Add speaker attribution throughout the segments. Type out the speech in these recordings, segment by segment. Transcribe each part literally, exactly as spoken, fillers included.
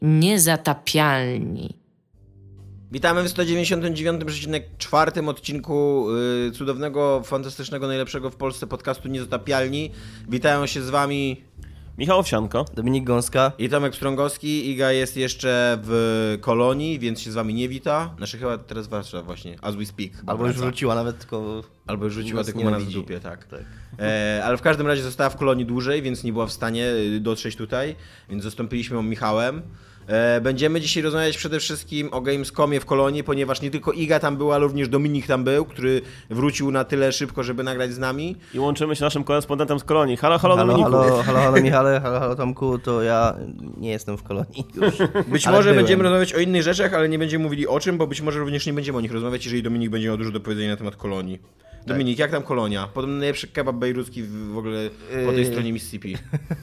Speaker 1: Niezatapialni.
Speaker 2: Witamy w sto dziewięćdziesiątym dziewiątym przecinek czwartym odcinku yy, cudownego, fantastycznego, najlepszego w Polsce podcastu Niezatapialni. Witają się z wami
Speaker 3: Michał Owsianko,
Speaker 4: Dominik Gąska
Speaker 2: i Tomek Strągowski. Iga jest jeszcze w Kolonii, więc się z wami nie wita. Znaczy chyba teraz Warszawa właśnie, as we speak.
Speaker 4: Albo już wróciła nawet, tylko...
Speaker 2: Albo już rzuciła, tylko ma nas w dupie, tak.
Speaker 4: tak.
Speaker 2: E, ale w każdym razie została w Kolonii dłużej, więc nie była w stanie dotrzeć tutaj, więc zastąpiliśmy ją Michałem. E, będziemy dzisiaj rozmawiać przede wszystkim o Gamescomie w Kolonii, ponieważ nie tylko Iga tam była, ale również Dominik tam był, który wrócił na tyle szybko, żeby nagrać z nami.
Speaker 3: I łączymy się naszym korespondentem z Kolonii. Halo, halo, halo Dominiku.
Speaker 4: Halo, halo, halo Michale, halo, halo Tomku, to ja nie jestem w Kolonii już.
Speaker 2: Być
Speaker 4: ale
Speaker 2: może
Speaker 4: byłem.
Speaker 2: będziemy rozmawiać o innych rzeczach, ale nie będziemy mówili o czym, bo być może również nie będziemy o nich rozmawiać, jeżeli Dominik będzie miał dużo do powiedzenia na temat Kolonii. Tak. Dominik, jak tam Kolonia? Podobno najlepszy kebab bejrucki w ogóle po tej stronie Mississippi.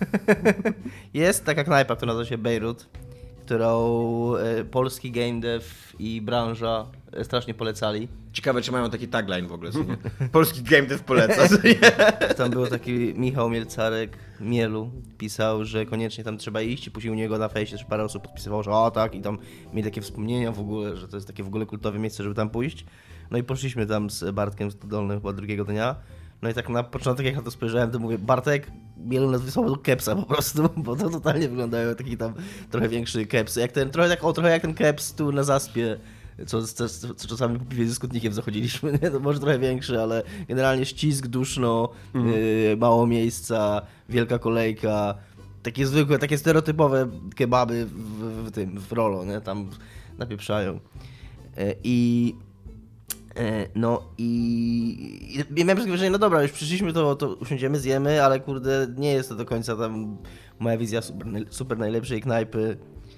Speaker 4: Jest taka knajpa, która nazywa się Bejrut, którą e, polski game dev i branża e, strasznie polecali.
Speaker 2: Ciekawe, czy mają taki tagline w ogóle, co nie? Polski game dev poleca, co nie?
Speaker 4: Tam był taki Michał Mielcarek, Mielu, pisał, że koniecznie tam trzeba iść i później u niego na fejsie też parę osób podpisywało, że o tak, i tam mieli takie wspomnienia w ogóle, że to jest takie w ogóle kultowe miejsce, żeby tam pójść. No i poszliśmy tam z Bartkiem Stodolnym chyba drugiego dnia. No i tak na początek jak na to spojrzałem, to mówię, Bartek, Mielu nas wysłał do kepsa po prostu, bo to totalnie wyglądają taki tam trochę większy keps. Jak ten, trochę, tak, o, trochę jak ten keps tu na Zaspie, co, co, co czasami po piwie ze Skutnikiem zachodziliśmy, nie? To może trochę większy, ale generalnie ścisk, duszno, mm. yy, mało miejsca, wielka kolejka, takie zwykłe, takie stereotypowe kebaby w, w, w tym, w Rolo, nie? Tam napieprzają. Yy, I... No i, i miałem takie wrażenie, no dobra, już przyszliśmy, to, to usiądziemy, zjemy, ale kurde, nie jest to do końca tam moja wizja super, super najlepszej knajpy,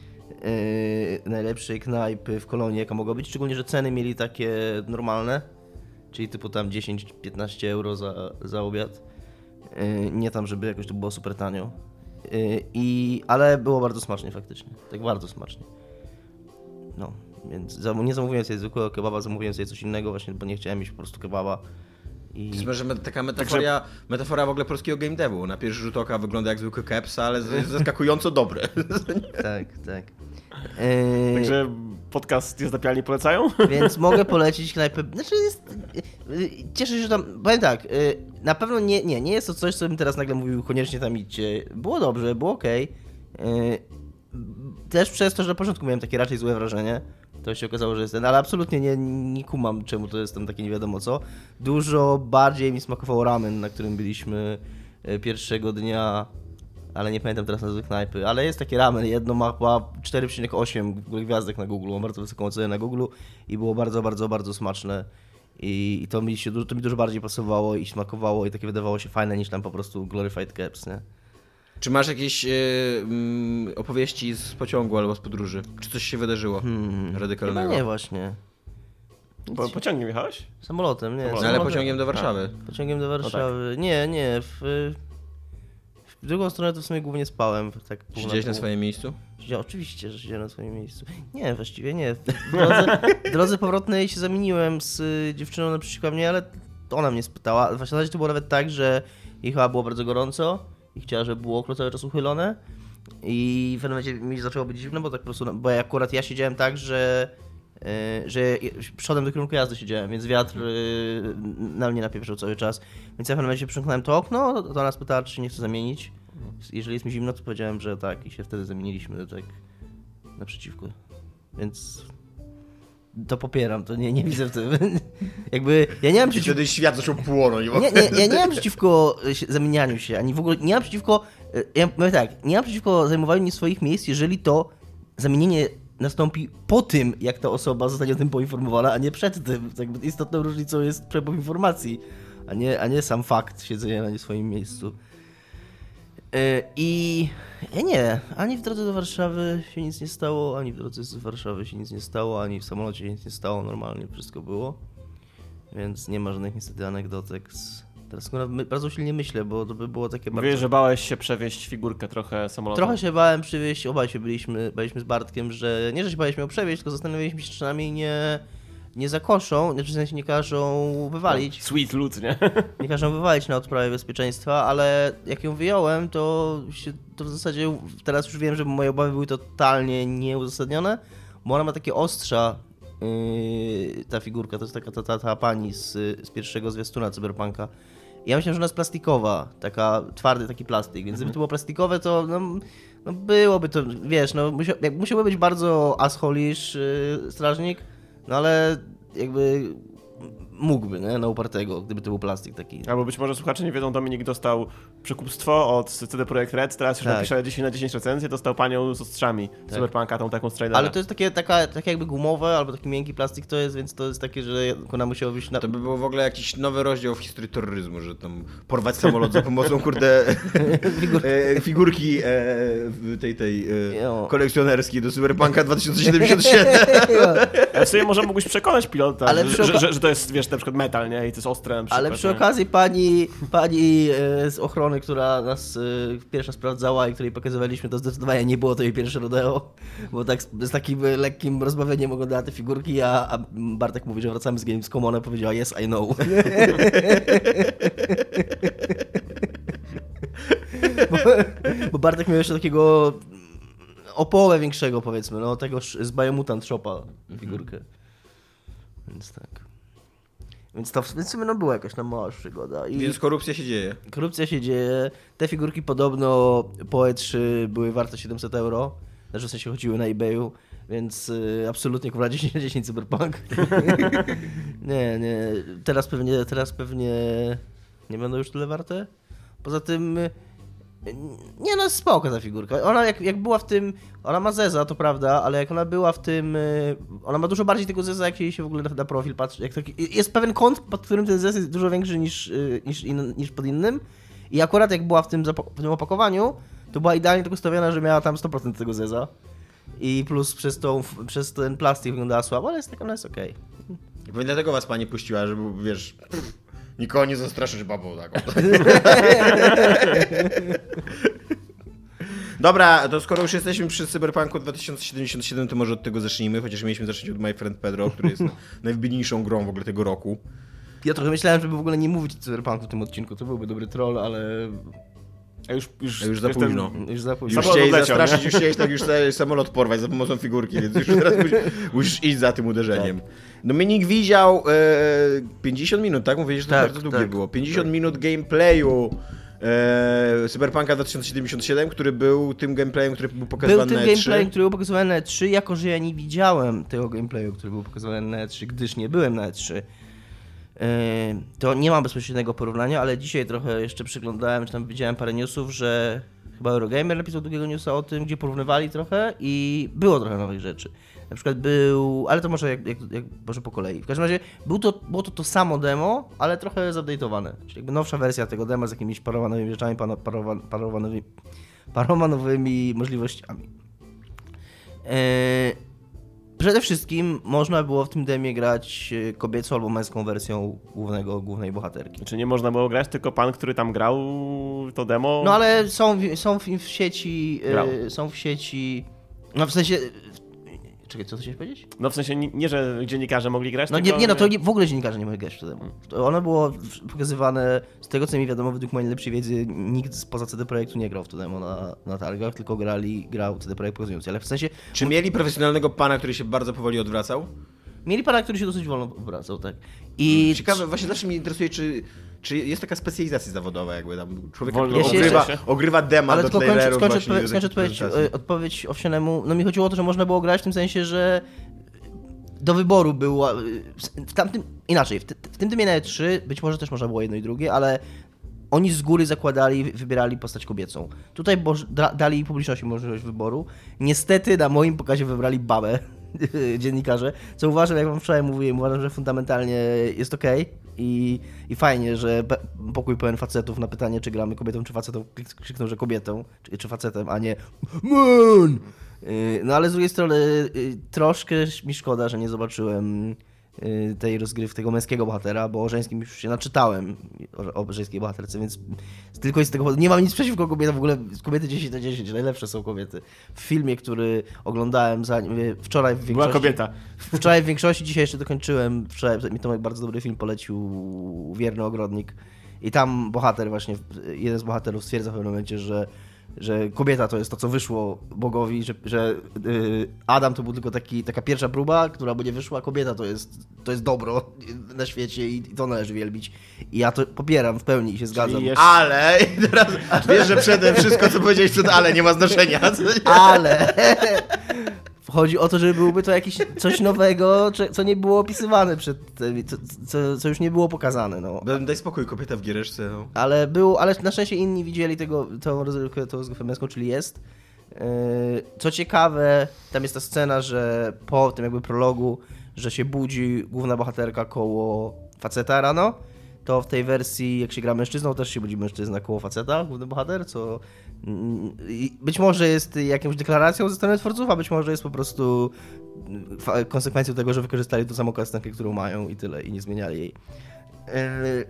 Speaker 4: yy, najlepszej knajpy w Kolonii, jaka mogła być, szczególnie, że ceny mieli takie normalne, czyli typu tam dziesięć do piętnastu euro za, za obiad, yy, nie tam, żeby jakoś to było super tanio, yy, i, ale było bardzo smacznie faktycznie, tak bardzo smacznie, no. Więc nie zamówiłem sobie zwykłego kebaba, zamówiłem sobie coś innego właśnie, bo nie chciałem iść po prostu kebaba. I...
Speaker 2: To jest może taka metafora, metafora w ogóle polskiego game devu. Na pierwszy rzut oka wygląda jak zwykły keps, ale jest zaskakująco dobre.
Speaker 4: Tak, tak. Eee...
Speaker 3: Także podcast Niezatapialni polecają?
Speaker 4: Więc mogę polecić knajpę. Znaczy jest... Cieszę się, że tam... Powiem tak, na pewno nie, nie, nie jest to coś, co bym teraz nagle mówił, koniecznie tam idźcie. Było dobrze, było okej. Okay. Też przez to, że na początku miałem takie raczej złe wrażenie. To się okazało, że jest ten, ale absolutnie nie, nie kumam, czemu to jest tam takie nie wiadomo co. Dużo bardziej mi smakował ramen, na którym byliśmy pierwszego dnia, ale nie pamiętam teraz nazwy knajpy, ale jest takie ramen, jedno ma cztery przecinek osiem gwiazdek na Google, mam bardzo wysoką ocenę na Google i było bardzo, bardzo, bardzo smaczne. I, i to, mi się, to mi dużo bardziej pasowało i smakowało i takie wydawało się fajne niż tam po prostu glorified caps, nie?
Speaker 2: Czy masz jakieś yy, yy, opowieści z pociągu albo z podróży? Czy coś się wydarzyło hmm. radykalnego?
Speaker 4: Chyba nie właśnie.
Speaker 3: Po, pociągiem jechałeś?
Speaker 4: Samolotem, nie.
Speaker 2: No, ale pociągiem do Warszawy.
Speaker 4: A. Pociągiem do Warszawy. No tak. Nie, nie. W, w drugą stronę to w sumie głównie spałem. Tak
Speaker 2: Siedziałeś na, na swoim miejscu?
Speaker 4: Ja, oczywiście, że siedziałem na swoim miejscu. Nie, właściwie nie. W drodze, w drodze powrotnej się zamieniłem z dziewczyną naprzeciwko mnie, ale ona mnie spytała. W zasadzie to było nawet tak, że jej chyba było bardzo gorąco i chciała, żeby było okno cały czas uchylone i w pewnym momencie mi zaczęło być dziwne, bo tak po prostu, bo akurat ja siedziałem tak, że Yy, że przodem do kierunku jazdy siedziałem, więc wiatr yy, na mnie napieprzył cały czas. Więc ja w pewnym momencie przymknąłem to okno, to ona spytała, czy nie chce zamienić. Jeżeli jest mi zimno, to powiedziałem, że tak i się wtedy zamieniliśmy tak naprzeciwko. Więc to popieram, to nie, nie widzę w tym. Jakby ja nie mam przeciwko...
Speaker 2: Wtedy świat zaczął płonąć.
Speaker 4: Nie, nie, ja nie mam przeciwko zamienianiu się, ani w ogóle nie mam przeciwko... Ja mówię tak, nie mam przeciwko zajmowaniu swoich miejsc, jeżeli to zamienienie nastąpi po tym, jak ta osoba zostanie o tym poinformowana, a nie przed tym. Jakby istotną różnicą jest przepływ informacji, a nie, a nie sam fakt siedzenia na nie swoim miejscu. Yy, I nie, ani w drodze do Warszawy się nic nie stało, ani w drodze z Warszawy się nic nie stało, ani w samolocie się nic nie stało, normalnie wszystko było. Więc nie ma żadnych niestety anegdotek z... Teraz bardzo silnie myślę, bo to by było takie bardzo...
Speaker 3: Mówię, że bałeś się przewieźć figurkę trochę samolotem.
Speaker 4: Trochę się bałem przewieźć, obaj się byliśmy, byliśmy z Bartkiem, że nie, że się baliśmy ją przewieźć, tylko zastanawialiśmy się, czy przynajmniej nie, nie zakoszą, znaczy w sensie nie każą wywalić.
Speaker 3: Sweet loot, nie?
Speaker 4: Nie każą wywalić na odprawie bezpieczeństwa, ale jak ją wyjąłem, to, się, to w zasadzie teraz już wiem, że moje obawy były totalnie nieuzasadnione, bo ona ma takie ostrza, yy, ta figurka, to jest taka ta, ta, ta pani z, z pierwszego zwiastuna Cyberpunka. Ja myślałem, że ona jest plastikowa, taka twardy taki plastik, więc gdyby to było plastikowe, to no, no byłoby to, wiesz, no musiał, jak, musiałby być bardzo assholish yy, strażnik, no ale jakby mógłby, nie? Na upartego, gdyby to był plastik taki.
Speaker 3: Albo być może słuchacze nie wiedzą, Dominik dostał przekupstwo od C D Projekt Red, teraz już
Speaker 4: Tak.
Speaker 3: napisze dziesięć na dziesięć recenzję, dostał panią z ostrzami
Speaker 4: Tak.
Speaker 3: Cyberpunka, tą taką z trailera.
Speaker 4: Ale to jest takie, taka, takie jakby gumowe, albo taki miękki plastik to jest, więc to jest takie, że ona musiała być na...
Speaker 2: To by było w ogóle jakiś nowy rozdział w historii terroryzmu, że tam porwać samolot za pomocą, kurde, e, figurki e, tej, tej e,
Speaker 4: Jo.
Speaker 2: kolekcjonerskiej do Cyberpunka dwa tysiące siedemdziesiąt siedem.
Speaker 3: Ale w sumie może mógłbyś przekonać pilota,
Speaker 4: Ale
Speaker 3: że,
Speaker 4: przy oka-
Speaker 3: że, że, że to jest, wiesz, na przykład metal, nie? I to jest ostre na przykład,
Speaker 4: Ale przy
Speaker 3: nie?
Speaker 4: okazji pani, pani e, z ochrony, która nas e, pierwsza sprawdzała i której pokazywaliśmy, to zdecydowanie nie było to jej pierwsze rodeo, bo tak z, z takim e, lekkim rozbawieniem oglądała te figurki, a, a Bartek mówi, że wracamy z Gamescomu, ona powiedziała yes, I know. bo, bo Bartek miał jeszcze takiego o połowę większego, powiedzmy, no tego sz- z Biomutant Shopa figurkę. Więc tak. Więc to więc w sumie no była jakaś tam mała przygoda. I
Speaker 2: Więc korupcja się dzieje.
Speaker 4: korupcja się dzieje. Te figurki podobno po E trzy były warte siedemset euro. Znaczy w sensie chodziły na eBayu, więc y, absolutnie kurwa dziesięć na dziesięć Cyberpunk. nie, nie. Teraz pewnie, teraz pewnie nie będą już tyle warte. Poza tym y, nie no, jest spoko ta figurka. Ona jak, jak była w tym, ona ma Zeza, to prawda, ale jak ona była w tym, y, ona ma dużo bardziej tego Zeza, jak się jej się w ogóle na, na profil patrzy. Jak taki, jest pewien kąt, pod którym ten Zez jest dużo większy niż, y, niż, in, niż pod innym. I akurat jak była w tym, zapo- w tym opakowaniu, to była idealnie tak ustawiona, że miała tam sto procent tego Zeza. I plus przez, tą, przez ten plastik wyglądała słabo, ale jest tak, ona jest okej.
Speaker 2: I pewnie dlatego was pani puściła, żeby, wiesz, nikogo nie zastraszyć babą taką. Dobra, to skoro już jesteśmy przy Cyberpunku dwa tysiące siedemdziesiąt siedem, to może od tego zacznijmy, chociaż mieliśmy zacząć od My Friend Pedro, który jest najwybitniejszą grą w ogóle tego roku.
Speaker 4: Ja trochę myślałem, żeby w ogóle nie mówić o Cyberpunku w tym odcinku, to byłby dobry troll, ale
Speaker 3: A już, już,
Speaker 2: A już za
Speaker 3: wiesz, ten-
Speaker 2: późno.
Speaker 4: już za późno.
Speaker 2: Już
Speaker 3: Samolot
Speaker 2: chcieli
Speaker 3: odleciał,
Speaker 2: zastraszyć,
Speaker 3: nie?
Speaker 2: już chciałeś tak już sobie samolot porwać za pomocą figurki, więc już teraz musisz, musisz iść za tym uderzeniem. Dominik widział e, pięćdziesiąt minut, tak? Mówię, że to
Speaker 4: Tak,
Speaker 2: bardzo długie
Speaker 4: tak,
Speaker 2: było. pięćdziesiąt minut gameplayu e, Cyberpunka dwa tysiące siedemdziesiąt siedem, który był tym gameplayem, który był
Speaker 4: Był
Speaker 2: pokazywany
Speaker 4: tym
Speaker 2: na E
Speaker 4: gameplay,
Speaker 2: trzy.
Speaker 4: który był pokazywany na E trzy, jako że ja nie widziałem tego gameplayu, który był pokazywany na E trzy, gdyż nie byłem na E trzy. Yy, To nie mam bezpośredniego porównania, ale dzisiaj trochę jeszcze przyglądałem, czy tam widziałem parę newsów, że chyba Eurogamer napisał długiego newsa o tym, gdzie porównywali trochę i było trochę nowych rzeczy. Na przykład był, ale to może jak, jak, jak może po kolei. W każdym razie był to, było to to samo demo, ale trochę zupdate'owane. Czyli jakby nowsza wersja tego demo z jakimiś parowanymi rzeczami, pano- parowa- parowanymi, parowanymi możliwościami. Yy, Przede wszystkim można było w tym demie grać e, kobiecą albo męską wersją głównego, głównej bohaterki.
Speaker 3: Znaczy nie można było grać, tylko pan, który tam grał to demo...
Speaker 4: No ale są, w- są w, w sieci,
Speaker 3: Grał.
Speaker 4: e, są w sieci, no w sensie, czekaj, co chciałeś powiedzieć?
Speaker 3: No w sensie nie, nie, że dziennikarze mogli grać,
Speaker 4: No nie,
Speaker 3: tylko...
Speaker 4: nie no to nie, w ogóle dziennikarze nie mogli grać w to demo. To ono było w- pokazywane, z tego co mi wiadomo, według mojej najlepszej wiedzy, nikt spoza C D Projektu nie grał w to demo na, na targach, tylko grali, grał C D Projekt pokazujący, ale w sensie
Speaker 2: Czy mieli profesjonalnego pana, który się bardzo powoli odwracał?
Speaker 4: mieli pana, który się dosyć wolno obracał, tak. I
Speaker 2: Ciekawe, właśnie zawsze mnie interesuje, czy, czy jest taka specjalizacja zawodowa, jakby tam człowiek
Speaker 3: Wolno
Speaker 2: który
Speaker 4: Ja się-
Speaker 2: ogrywa, ogrywa dema
Speaker 4: Ale
Speaker 2: do
Speaker 4: tylko kończę,
Speaker 2: trailerów
Speaker 4: skończę,
Speaker 2: właśnie
Speaker 4: odpowie-
Speaker 2: do
Speaker 4: skończę
Speaker 2: takich
Speaker 4: odpowiedź,
Speaker 2: prezentacji.
Speaker 4: e, odpowiedź Owsianemu. No mi chodziło o to, że można było grać w tym sensie, że do wyboru było w tamtym, inaczej, w, ty, w tym dymie na E trzy być może też można było jedno i drugie, ale oni z góry zakładali, wybierali postać kobiecą. Tutaj boż, da, dali publiczności możliwość wyboru. Niestety na moim pokazie wybrali babę dziennikarze, co uważam, jak wam wczoraj mówiłem, uważam, że fundamentalnie jest okej i, i fajnie, że pe- pokój pełen facetów na pytanie, czy gramy kobietą, czy facetem, krzyknął, że kobietą, czy, czy facetem, a nie man! Yy, No ale z drugiej strony yy, troszkę mi szkoda, że nie zobaczyłem tej rozgrywki, tego męskiego bohatera, bo o żeńskim już się naczytałem, o, o żeńskiej bohaterce, więc tylko z tego powodu, nie mam nic przeciwko kobietom, w ogóle kobiety dziesięć na dziesięć, najlepsze są kobiety. W filmie, który oglądałem za, wczoraj w większości...
Speaker 3: Była kobieta.
Speaker 4: Wczoraj w większości, dzisiaj jeszcze dokończyłem, wczoraj mi Tomek bardzo dobry film polecił, Wierny Ogrodnik, i tam bohater właśnie, jeden z bohaterów stwierdza w pewnym momencie, że że kobieta to jest to, co wyszło Bogowi, że, że yy, Adam to był tylko taki, taka pierwsza próba, która by nie wyszła, a kobieta to jest, to jest dobro na świecie i, i to należy wielbić. I ja to popieram w pełni i się zgadzam.
Speaker 3: jeszcze-
Speaker 2: Ale, i teraz wiesz, że przed, wszystko, co powiedziałeś przed ale, nie ma znaczenia.
Speaker 4: Ale chodzi o to, żeby byłoby to jakieś coś nowego, co- co nie było opisywane przed tym, co, co, co już nie było pokazane. No.
Speaker 2: Daj spokój, kobieta w giereszce. No.
Speaker 4: Ale był, ale na szczęście inni widzieli tego, tą rozgrywkę, tą rozgrywkę męską, czyli jest. Yy, Co ciekawe, tam jest ta scena, że po tym jakby prologu, że się budzi główna bohaterka koło faceta rano, to w tej wersji, jak się gra mężczyzną, też się budzi mężczyzna koło faceta, główny bohater, co mm, i być może jest jakąś deklaracją ze strony twórców, a być może jest po prostu fa- konsekwencją tego, że wykorzystali tą samą kastankę, którą mają i tyle, i nie zmieniali jej. Yy,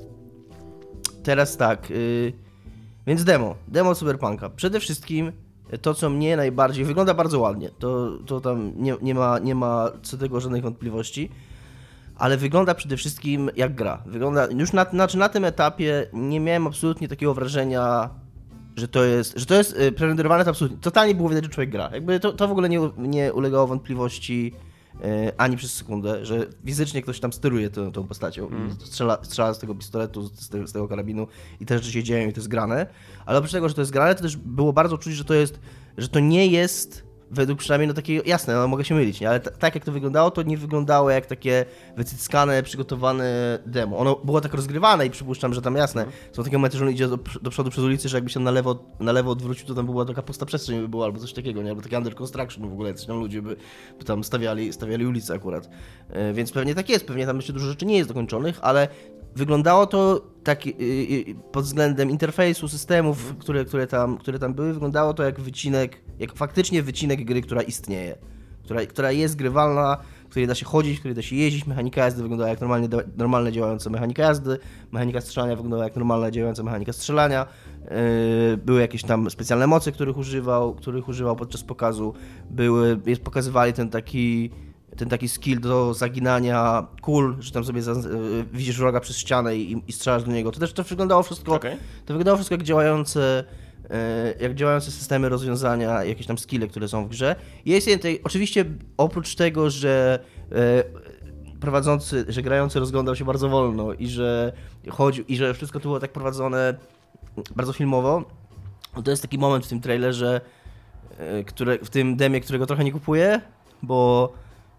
Speaker 4: Teraz tak, yy, więc demo, demo Cyberpunka. Przede wszystkim to, co mnie najbardziej, wygląda bardzo ładnie, to, to tam nie, nie, ma, nie ma co do tego żadnych wątpliwości, ale wygląda przede wszystkim jak gra. Wygląda, już na, znaczy na tym etapie nie miałem absolutnie takiego wrażenia, że to jest, że to jest yy, prerenderowane, to absolutnie, totalnie było widać, że człowiek gra. Jakby to, to w ogóle nie, nie ulegało wątpliwości yy, ani przez sekundę, że fizycznie ktoś tam steruje tą, tą postacią mm. i strzela, strzela z tego pistoletu, z, te, z tego karabinu i te rzeczy się dzieją i to jest grane. Ale oprócz tego, że to jest grane, to też było bardzo czuć, że to jest, że to nie jest według przynajmniej no takiego, jasne, no mogę się mylić, nie? Ale t- tak jak to wyglądało, to nie wyglądało jak takie wycyckane, przygotowane demo. Ono było tak rozgrywane i przypuszczam, że tam jasne, są takie momenty, że on idzie do, do przodu przez ulicę, że jakby się na lewo, na lewo odwrócił, to tam była taka pusta przestrzeń by była, albo coś takiego, nie? Albo taki under construction w ogóle, coś tam ludzie by, by tam stawiali, stawiali ulicę akurat. Yy, więc pewnie tak jest, pewnie tam jeszcze dużo rzeczy nie jest dokończonych, ale wyglądało to tak yy, yy, pod względem interfejsu, systemów, które, które, tam, które tam były, wyglądało to jak wycinek, jak faktycznie wycinek gry, która istnieje, która, która jest grywalna, w której da się chodzić, w której da się jeździć, mechanika jazdy wyglądała jak normalnie, normalne działająca mechanika jazdy, mechanika strzelania wyglądała jak normalna działająca mechanika strzelania, yy, były jakieś tam specjalne moce, których używał, których używał podczas pokazu, były, jest, pokazywali ten taki ten taki skill do zaginania kul, że tam sobie za, yy, widzisz wroga przez ścianę i, i strzelasz do niego. To też to wyglądało wszystko,
Speaker 3: Okay.
Speaker 4: to wyglądało wszystko jak działające, yy, jak działające systemy rozwiązania, jakieś tam skille, które są w grze. Jest tutaj, oczywiście oprócz tego, że yy, prowadzący, że grający rozglądał się bardzo wolno i że chodził, i że wszystko to było tak prowadzone bardzo filmowo, to jest taki moment w tym trailerze, yy, które, w tym demie, którego trochę nie kupuję, bo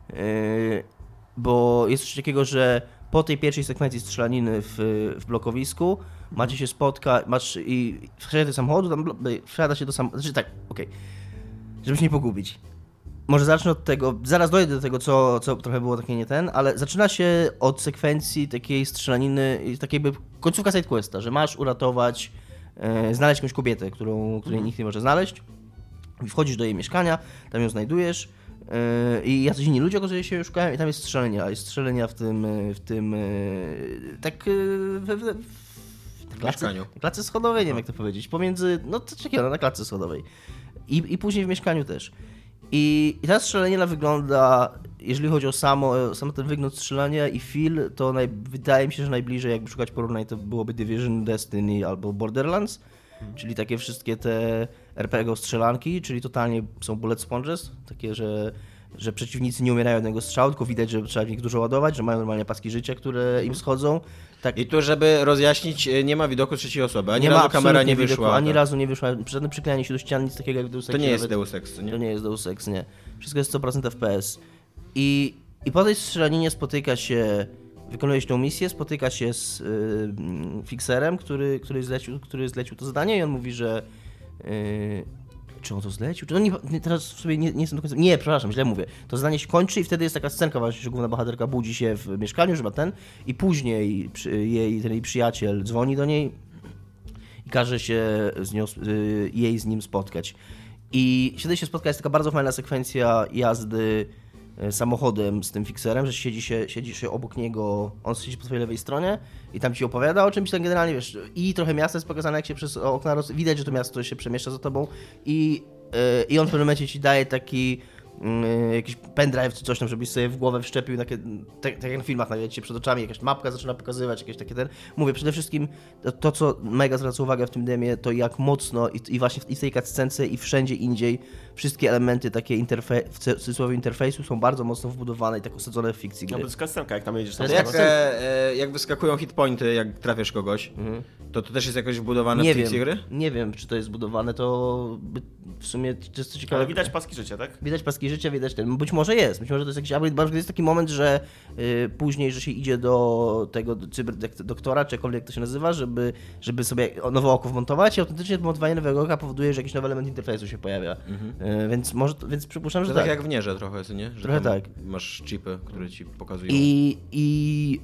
Speaker 4: Yy, bo jest coś takiego, że po tej pierwszej sekwencji strzelaniny w, w blokowisku macie się spotkać, masz i wsiada do samochodu, tam wsiada się do samochodu, znaczy tak, okej, okay. Żeby się nie pogubić. Może zacznę od tego, zaraz dojdę do tego, co, co trochę było takie nie ten, ale zaczyna się od sekwencji takiej strzelaniny, takiej jakby końcówka sidequesta, że masz uratować, yy, znaleźć jakąś kobietę, którą, której nikt nie może znaleźć. Wchodzisz do jej mieszkania, tam ją znajdujesz. I jacyś inni ludzie okazuje się szukają i tam jest strzelenia, jest strzelenia w tym, w tym, tak w, w, w klatce, klatce schodowej, nie wiem jak to powiedzieć, pomiędzy, no coś takiego, na klatce schodowej i, i później w mieszkaniu też. I, i ta strzelanina wygląda, jeżeli chodzi o samo, samo ten wygląd strzelania i feel, to naj, wydaje mi się, że najbliżej jakby szukać porównań to byłoby Division, Destiny albo Borderlands. Czyli takie wszystkie te er pe gie strzelanki, czyli totalnie są bullet sponges, takie, że, że przeciwnicy nie umierają jednego strzału, tylko widać, że trzeba w nich dużo ładować, że mają normalnie paski życia, które im schodzą. Tak.
Speaker 2: I tu, żeby rozjaśnić, nie ma widoku trzeciej osoby, ani nie razu kamera nie wyszła.
Speaker 4: Widoku, ani tak. razu nie wyszła, żadne przyklejanie się do ścian, nic takiego jak w Deus Ex.
Speaker 2: To nie jest Deus Ex, nie?
Speaker 4: To nie jest Deus Ex, nie. Wszystko jest sto procent ef pe es. I, i po tej strzelaninie spotyka się, wykonuje się tą misję, spotyka się z y, fixerem, który, który, zlecił, który zlecił to zadanie i on mówi, że y, czy on to zlecił? Czy on nie, teraz sobie nie, nie jestem do końca... Nie, przepraszam, źle mówię. To zadanie się kończy i wtedy jest taka scenka właśnie, że główna bohaterka budzi się w mieszkaniu, że ma ten i później przy, jej, ten jej przyjaciel dzwoni do niej i każe się z nią, y, jej z nim spotkać. I wtedy się spotka, jest taka bardzo fajna sekwencja jazdy samochodem z tym fixerem, że siedzi się, siedzi się obok niego, on siedzi po twojej lewej stronie i tam ci opowiada o czymś, tam generalnie wiesz, i trochę miasta jest pokazane, jak się przez okna, roz... widać, że to miasto się przemieszcza za tobą i, yy, i on w pewnym momencie ci daje taki yy, jakiś pendrive czy coś tam, żebyś sobie w głowę wszczepił, takie, tak, tak jak na filmach, nawet ci przed oczami jakaś mapka zaczyna pokazywać, jakieś takie ten, mówię, przede wszystkim to, to co mega zwraca uwagę w tym demie, to jak mocno i, i właśnie w, i w tej cutscence i wszędzie indziej wszystkie elementy takie interfe- w cudzysłowie interfejsu są bardzo mocno wbudowane i tak osadzone w fikcji gry.
Speaker 3: No to jest cutscenka, jak tam jedziesz. Tam
Speaker 2: Jak, e, jak wyskakują hitpointy, jak trafiasz kogoś, mhm. to to też jest jakoś wbudowane
Speaker 4: nie
Speaker 2: w fikcji
Speaker 4: wiem,
Speaker 2: gry?
Speaker 4: Nie wiem, czy to jest zbudowane, to w sumie to jest co ciekawe.
Speaker 3: Ale widać paski życia, tak?
Speaker 4: Widać paski życia, widać ten. Być może jest, być może to jest jakiś upgrade, bo jest taki moment, że y, później, że się idzie do tego cyberdoktora, czy jakkolwiek to się nazywa, żeby, żeby sobie nowe oko wmontować i autentycznie montowanie nowego oka powoduje, że jakiś nowy element interfejsu się pojawia. Mhm. Y, więc może, więc przypuszczam, że
Speaker 2: to
Speaker 4: tak.
Speaker 2: tak jak w Nierze trochę, nie? Że
Speaker 4: trochę tak.
Speaker 2: Masz chipy, które ci pokazują.
Speaker 4: I, i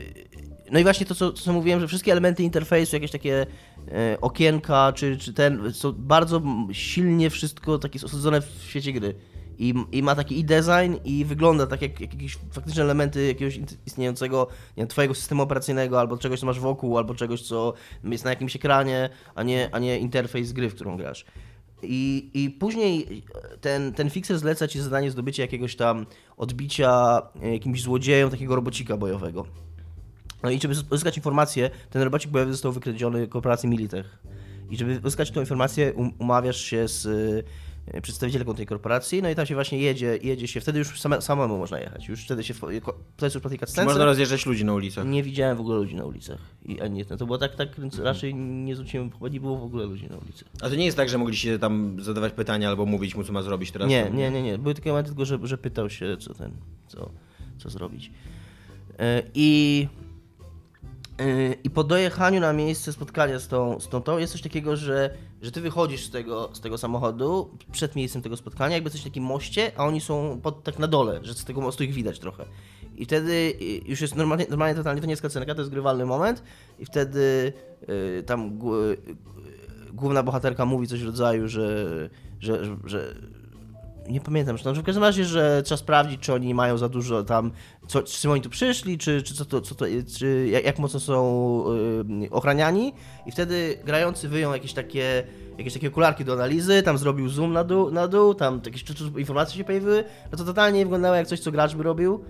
Speaker 4: y, no i właśnie to co, to, co mówiłem, że wszystkie elementy interfejsu, jakieś takie y, okienka, czy, czy ten, są bardzo silnie wszystko takie osadzone w świecie gry. I, I ma taki i design, i wygląda tak jak, jak jakieś faktyczne elementy jakiegoś istniejącego, nie wiem, twojego systemu operacyjnego, albo czegoś, co masz wokół, albo czegoś, co jest na jakimś ekranie, a nie, a nie interfejs gry, w którą grasz. I, i później ten, ten fixer zleca ci zadanie zdobycia jakiegoś tam odbicia jakimś złodziejom takiego robocika bojowego. No i żeby uzyskać informację, ten robocik bojowy został wykradziony korporacji Militech. I żeby uzyskać tą informację, um, umawiasz się z y, przedstawicielką tej korporacji, no i tam się właśnie jedzie, jedzie się, wtedy już same, samemu można jechać. Już wtedy się, to jest już po tej cutscence.
Speaker 2: Można rozjeżdżać ludzi na ulicach.
Speaker 4: Nie widziałem w ogóle ludzi na ulicach. I, ani nie, to było tak, tak raczej nie zwróciłem, chyba nie było w ogóle ludzi na ulicy.
Speaker 2: A to nie jest tak, że mogliście tam zadawać pytania albo mówić mu, co ma zrobić teraz?
Speaker 4: Nie, nie, nie, nie. Były takie momenty tylko, że, że pytał się, co ten, co, co zrobić. Yy, I... I po dojechaniu na miejsce spotkania z tą, z tą, tą jest coś takiego, że, że ty wychodzisz z tego, z tego samochodu przed miejscem tego spotkania, jakby coś na takim moście, a oni są pod, tak na dole, że z tego mostu ich widać trochę. I wtedy już jest normalnie, normalnie totalnie, to nie jest cutscenka, to jest grywalny moment i wtedy y, tam g- główna bohaterka mówi coś w rodzaju, że, że, że, że nie pamiętam, że, że w każdym razie, że trzeba sprawdzić, czy oni nie mają za dużo tam, co, czy oni tu przyszli, czy, czy, co to, co to, czy jak, jak mocno są yy, ochraniani i wtedy grający wyjął jakieś takie, jakieś takie okularki do analizy, tam zrobił zoom na dół, na dół tam jakieś czy, czy informacje się pojawiły, no to totalnie wyglądało jak coś, co gracz by robił.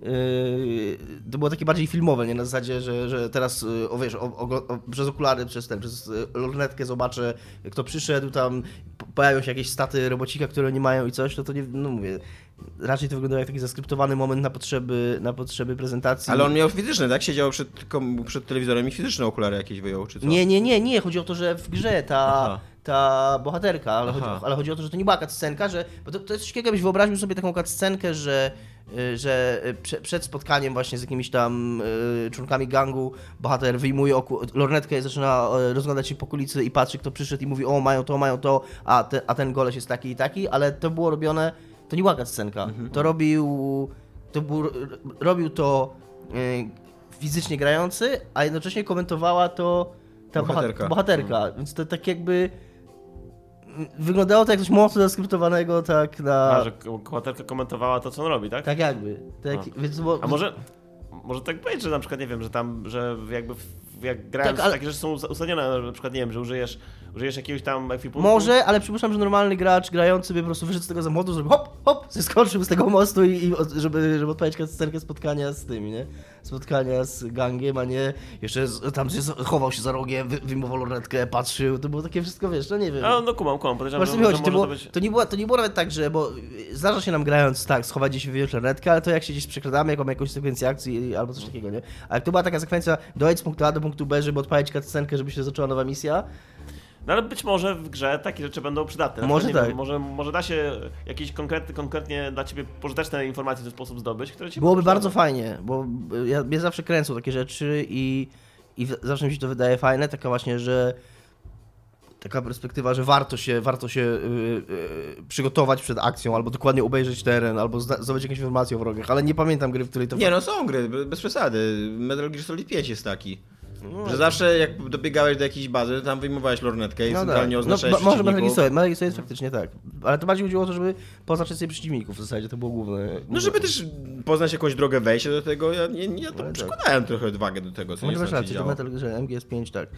Speaker 4: Yy, to było takie bardziej filmowe, nie na zasadzie, że, że teraz o, wiesz, o, o, o, przez okulary, przez ten, przez lornetkę zobaczę, kto przyszedł, tam pojawią się jakieś staty robocika, które nie mają i coś, no to nie, no mówię, raczej to wyglądało jak taki zaskryptowany moment na potrzeby, na potrzeby prezentacji.
Speaker 2: Ale on miał fizyczne, tak? Siedział przed, przed telewizorem i fizyczne okulary jakieś wyjął, czy co?
Speaker 4: Nie, nie, nie, nie, chodzi o to, że w grze ta... ta bohaterka, ale chodzi, ale chodzi o to, że to nie była cutscenka, że, bo to, to jest coś takiego, jakbyś wyobraził sobie taką cutscenkę, że, że prze, przed spotkaniem właśnie z jakimiś tam y, członkami gangu bohater wyjmuje oku, lornetkę i zaczyna rozglądać się po okolicy i patrzy, kto przyszedł i mówi, o mają to, mają to, a, te, a ten goleś jest taki i taki, ale to było robione, to nie była cutscenka, mhm. to robił, to był, robił to y, fizycznie grający, a jednocześnie komentowała to ta bohaterka, bohaterka. Mhm. Więc to tak jakby wyglądało to jak coś mocno zaskryptowanego, tak na...
Speaker 3: A, że bohaterka komentowała to, co on robi, tak?
Speaker 4: Tak jakby. Tak, więc bo...
Speaker 3: A może... Może tak powiedzieć, że na przykład, nie wiem, że tam, że jakby jak grając tak, ale... takie rzeczy są ustawione, na przykład, nie wiem, że użyjesz, użyjesz jakiegoś tam ekwipunku.
Speaker 4: Może, ale przypuszczam, że normalny gracz grający by po prostu wyszedł z tego samochodu, żeby hop, hop, zeskoczył z tego mostu i, i żeby, żeby odpalić scenkę spotkania z tymi, nie? Spotkania z gangiem, a nie jeszcze z, tam chował się za rogiem, wy, wyjmował lornetkę, patrzył, to było takie wszystko, wiesz, no nie wiem.
Speaker 3: No, no kumam, kumam, podejrzewam, że, że
Speaker 4: chodzi,
Speaker 3: może
Speaker 4: to, było,
Speaker 3: to być...
Speaker 4: To nie, było, to nie było nawet tak, że, bo zdarza się nam grając tak, schować gdzieś wyjąć lornetkę, ale to jak się gdzieś przekradamy, jak mamy jakąś sekwencję akcji albo coś takiego, nie? A jak to była taka sekwencja, dojdź z punktu A do punktu B, żeby odpalić cutscenkę, żeby się zaczęła nowa misja.
Speaker 3: No ale być może w grze takie rzeczy będą przydatne. Na
Speaker 4: może
Speaker 3: przykład,
Speaker 4: tak.
Speaker 3: Wiem, może, może da się jakieś konkretne, konkretnie dla ciebie pożyteczne informacje w ten sposób zdobyć, które ci
Speaker 4: byłoby bardzo fajnie, bo ja, mnie zawsze kręcą takie rzeczy i, i zawsze mi się to wydaje fajne, taka właśnie, że taka perspektywa, że warto się, warto się yy, yy, przygotować przed akcją, albo dokładnie obejrzeć teren, albo zdobyć jakieś informacje o wrogach, ale nie pamiętam gry, w której to...
Speaker 2: Nie no, są gry, bez przesady. Metal Gear Solid pięć jest taki. No, że zawsze jak dobiegałeś do jakiejś bazy, tam wyjmowałeś lornetkę i no centralnie tak. oznaczałeś
Speaker 4: no, może
Speaker 2: przeciwników.
Speaker 4: Metal Gear jest faktycznie tak. Ale to bardziej chodziło o to, żeby poznaczyć sobie przeciwników w zasadzie, to było główne. główne.
Speaker 2: No żeby też poznać jakąś drogę wejścia do tego, ja, nie, nie, ja to
Speaker 4: no,
Speaker 2: przykładałem tak. trochę odwagę do tego, co
Speaker 4: no,
Speaker 2: nie
Speaker 4: masz rację, to Metal Gear M G S pięć, tak.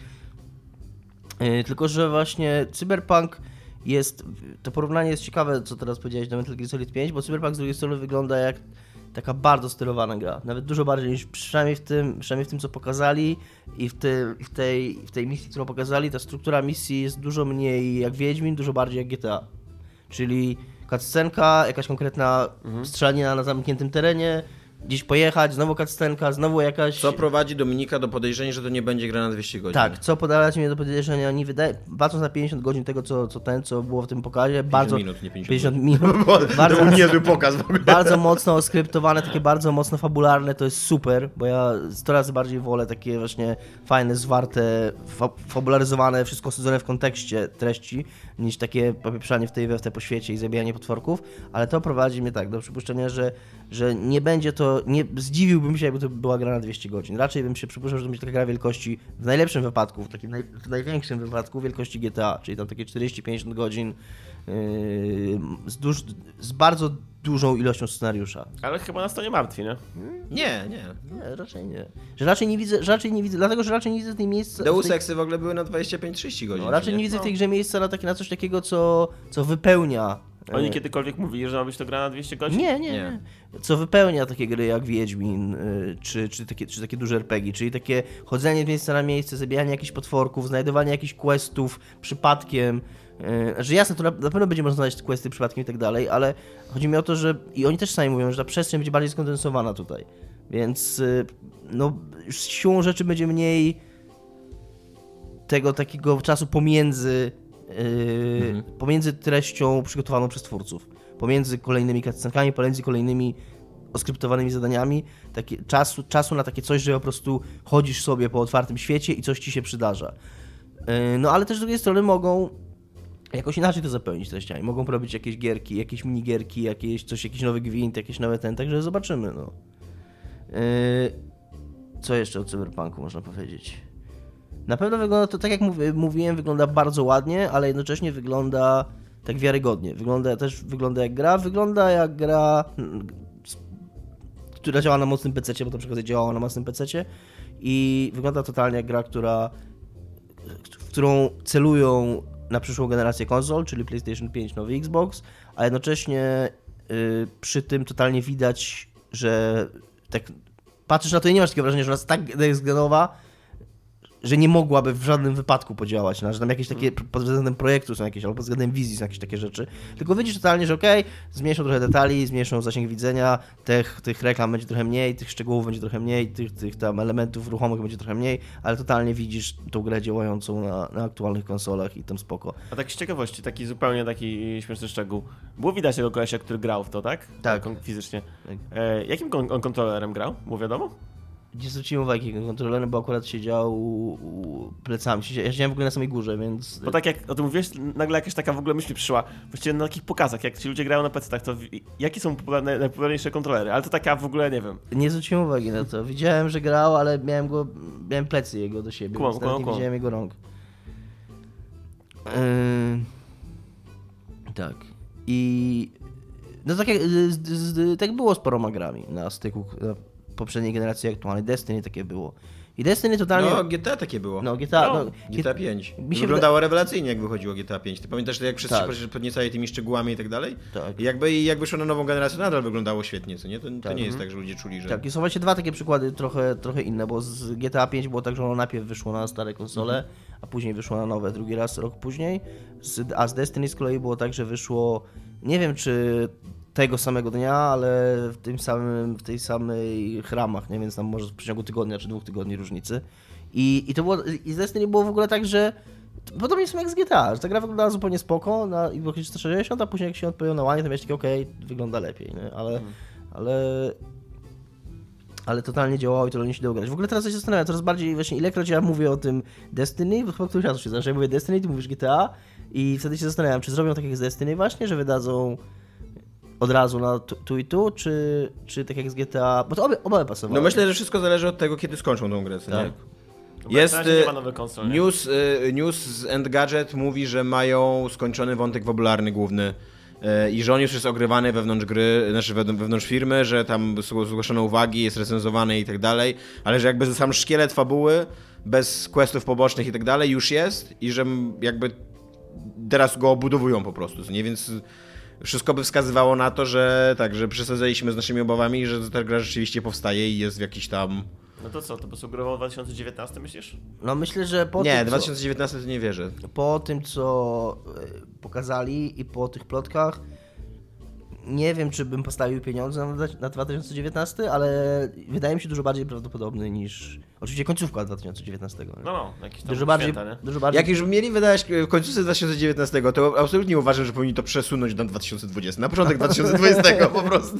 Speaker 4: Yy, tylko, że właśnie Cyberpunk jest, to porównanie jest ciekawe, co teraz powiedziałeś do Metal Gear Solid pięć, bo Cyberpunk z drugiej strony wygląda jak taka bardzo sterowana gra. Nawet dużo bardziej niż przynajmniej w tym, przynajmniej w tym co pokazali i w, ty, w, tej, w tej misji, którą pokazali, ta struktura misji jest dużo mniej jak Wiedźmin, dużo bardziej jak G T A. Czyli cutscenka, jakaś konkretna mhm. strzelanina na zamkniętym terenie, gdzieś pojechać, znowu cutscenka, znowu jakaś...
Speaker 2: Co prowadzi Dominika do podejrzenia, że to nie będzie gra na dwieście godzin.
Speaker 4: Tak, co podawać mnie do podejrzenia, nie wydaje... Patrząc na pięćdziesiąt godzin tego, co, co ten, co było w tym pokazie,
Speaker 2: pięćdziesiąt
Speaker 4: bardzo...
Speaker 2: minut, nie pięćdziesiąt
Speaker 4: pięćdziesiąt minut.
Speaker 2: bardzo, to był niezły pokaz w ogóle.
Speaker 4: Bardzo mocno oskryptowane, takie bardzo mocno fabularne, to jest super, bo ja sto razy bardziej wolę takie właśnie fajne, zwarte, fa fabularyzowane, wszystko osadzone w kontekście treści, niż takie popieprzanie w tej we w te po świecie i zabijanie potworków, ale to prowadzi mnie tak do przypuszczenia, że, że nie będzie to, nie zdziwiłbym się, jakby to była gra na dwieście godzin. Raczej bym się przypuszczał, że to będzie taka gra wielkości, w najlepszym wypadku, w takim naj, w największym wypadku wielkości G T A, czyli tam takie czterdzieści pięćdziesiąt godzin yy, z, duż, z bardzo dużą ilością scenariusza.
Speaker 3: Ale chyba nas to nie martwi, nie?
Speaker 2: Nie, nie.
Speaker 4: Nie, raczej nie. Że raczej nie widzę, że raczej nie widzę, dlatego, że raczej nie widzę tej miejsca...
Speaker 2: Deus Exy w ogóle były na dwadzieścia pięć trzydzieści godzin.
Speaker 4: No, raczej nie, nie widzę
Speaker 2: no.
Speaker 4: w tej grze miejsca na, takie, na coś takiego, co, co wypełnia...
Speaker 3: Oni kiedykolwiek mówili, że ma być to gra na dwieście godzin?
Speaker 4: Nie, nie, nie. Co wypełnia takie gry jak Wiedźmin, czy, czy, takie, czy takie duże R P G, czyli takie chodzenie z miejsca na miejsce, zabijanie jakichś potworków, znajdowanie jakichś questów przypadkiem. Że jasne, to na, na pewno będzie można znaleźć questy przypadkiem i tak dalej, ale chodzi mi o to, że i oni też sami mówią, że ta przestrzeń będzie bardziej skondensowana tutaj. Więc no, siłą rzeczy będzie mniej tego takiego czasu pomiędzy Yy, mhm. pomiędzy treścią przygotowaną przez twórców, pomiędzy kolejnymi cutscenkami, pomiędzy kolejnymi oskryptowanymi zadaniami, takie, czasu, czasu na takie coś, że po prostu chodzisz sobie po otwartym świecie i coś ci się przydarza. Yy, no ale też z drugiej strony mogą jakoś inaczej to zapełnić treściami. Mogą robić jakieś gierki, jakieś minigierki, jakieś coś, jakiś nowy gwint, jakieś nowe ten, także zobaczymy. No. Yy, co jeszcze o Cyberpunku można powiedzieć? Na pewno wygląda to, tak jak mów, mówiłem, wygląda bardzo ładnie, ale jednocześnie wygląda tak wiarygodnie. Wygląda też wygląda jak gra, wygląda jak gra, która działa na mocnym pececie, bo to przykład działała na mocnym pececie i wygląda totalnie jak gra, która, w którą celują na przyszłą generację konsol, czyli PlayStation pięć, nowy Xbox, a jednocześnie yy, przy tym totalnie widać, że tak patrzysz na to i nie masz takiego wrażenia, że ona jest tak next-genowa, że nie mogłaby w żadnym wypadku podziałać, no, że tam jakieś takie, pod względem projektu są jakieś, albo pod względem wizji są jakieś takie rzeczy, tylko widzisz totalnie, że okej, okay, zmniejszą trochę detali, zmniejszą zasięg widzenia, tych, tych reklam będzie trochę mniej, tych szczegółów będzie trochę mniej, tych, tych tam elementów ruchomych będzie trochę mniej, ale totalnie widzisz tą grę działającą na, na aktualnych konsolach i tam spoko.
Speaker 3: A tak z ciekawości, taki zupełnie taki śmieszny szczegół. Było widać tego kolesia, który grał w to, tak?
Speaker 4: Tak.
Speaker 3: tak fizycznie. Tak. E, jakim on, on kontrolerem grał? Było wiadomo?
Speaker 4: Nie zwróciłem uwagi, kontrolerem, bo akurat siedział u, u plecami. Ja siedziałem w ogóle na samej górze, więc...
Speaker 3: Bo tak jak o tym mówiłeś, nagle jakaś taka w ogóle myśl mi przyszła. Właściwie na takich pokazach, jak ci ludzie grają na pecetach, to jakie są popularne, najpopularniejsze kontrolery? Ale to taka w ogóle, nie wiem.
Speaker 4: Nie zwróciłem uwagi na to. Widziałem, że grał, ale miałem go, miałem plecy jego do siebie,
Speaker 3: kumam,
Speaker 4: więc
Speaker 3: kumam,
Speaker 4: nie
Speaker 3: kumam.
Speaker 4: widziałem jego rąk. Yy... Tak. I... No tak jak... Z, z, tak było z paroma grami na styku... Na poprzedniej generacji aktualnej. Destiny takie było. I Destiny totalnie...
Speaker 2: No, G T A takie było.
Speaker 4: No, G T A...
Speaker 3: No,
Speaker 4: no,
Speaker 2: G T A pięć.
Speaker 4: Mi się
Speaker 2: Wyglądało
Speaker 4: wyda...
Speaker 2: rewelacyjnie, jak wychodziło G T A pięć. Ty pamiętasz, jak wszyscy
Speaker 4: tak.
Speaker 2: się podniecali tymi szczegółami i tak dalej?
Speaker 4: Tak.
Speaker 2: I jakby, jak wyszło na nową generację, nadal wyglądało świetnie, co nie? To, to
Speaker 4: tak.
Speaker 2: nie jest tak, że ludzie czuli, że...
Speaker 4: Tak, i są właśnie dwa takie przykłady trochę, trochę inne, bo z G T A pięć było tak, że ono najpierw wyszło na stare konsole, mhm. a później wyszło na nowe, drugi raz rok później. Z, a z Destiny z kolei było tak, że wyszło, nie wiem czy tego samego dnia, ale w tym samym, w tej samej ramach, nie? Więc tam może w przeciągu tygodnia czy dwóch tygodni różnicy. I, i to było, i z Destiny było w ogóle tak, że podobnie są jak z G T A, że ta gra wyglądała zupełnie spoko na Xbox trzysta sześćdziesiąt, a później jak się odpowiedział na łanie, to miałeś takie okej, okay, wygląda lepiej, nie? Ale, hmm. ale, ale totalnie działało i totalnie się dało grać. W ogóle teraz się zastanawiam, coraz bardziej właśnie ilekroć ja mówię o tym Destiny, bo chyba któryś raz się zdarza, że ja mówię Destiny, ty mówisz G T A i wtedy się zastanawiam, czy zrobią tak jak z Destiny właśnie, że wydadzą od razu na tu, tu i tu, czy, czy tak jak z G T A, bo to obie, oboje pasowały.
Speaker 2: No myślę, że wszystko zależy od tego, kiedy skończą tą grę, tak. nie? Jest
Speaker 3: nie ma nowych konsol,
Speaker 2: news, news z Engadget mówi, że mają skończony wątek fabularny główny i że on już jest ogrywany wewnątrz gry, znaczy wewnątrz firmy, że tam zgłoszono uwagi, jest recenzowany i tak dalej, ale że jakby sam szkielet fabuły, bez questów pobocznych i tak dalej już jest i że jakby teraz go obudowują po prostu, nie? Więc wszystko by wskazywało na to, że tak, że przesadzaliśmy z naszymi obawami, że ta gra rzeczywiście powstaje i jest w jakiś tam...
Speaker 3: No to co, to posugerowało dwa tysiące dziewiętnasty, myślisz?
Speaker 4: No myślę, że po
Speaker 2: Nie,
Speaker 4: tym,
Speaker 2: dwa tysiące dziewiętnasty to nie wierzę.
Speaker 4: Po tym, co pokazali i po tych plotkach, nie wiem, czy bym postawił pieniądze na, na dwa tysiące dziewiętnasty, ale wydaje mi się dużo bardziej prawdopodobny niż... Oczywiście końcówka dwa tysiące dziewiętnastego.
Speaker 3: No, no, jakiś tam
Speaker 4: dużo bardziej,
Speaker 3: święta, nie?
Speaker 4: dużo bardziej...
Speaker 2: Jak już mieli wydać w końcówce dwa tysiące dziewiętnastego, to absolutnie uważam, że powinni to przesunąć na dwa tysiące dwudziesty. Na początek dwa tysiące dwudziestego po prostu.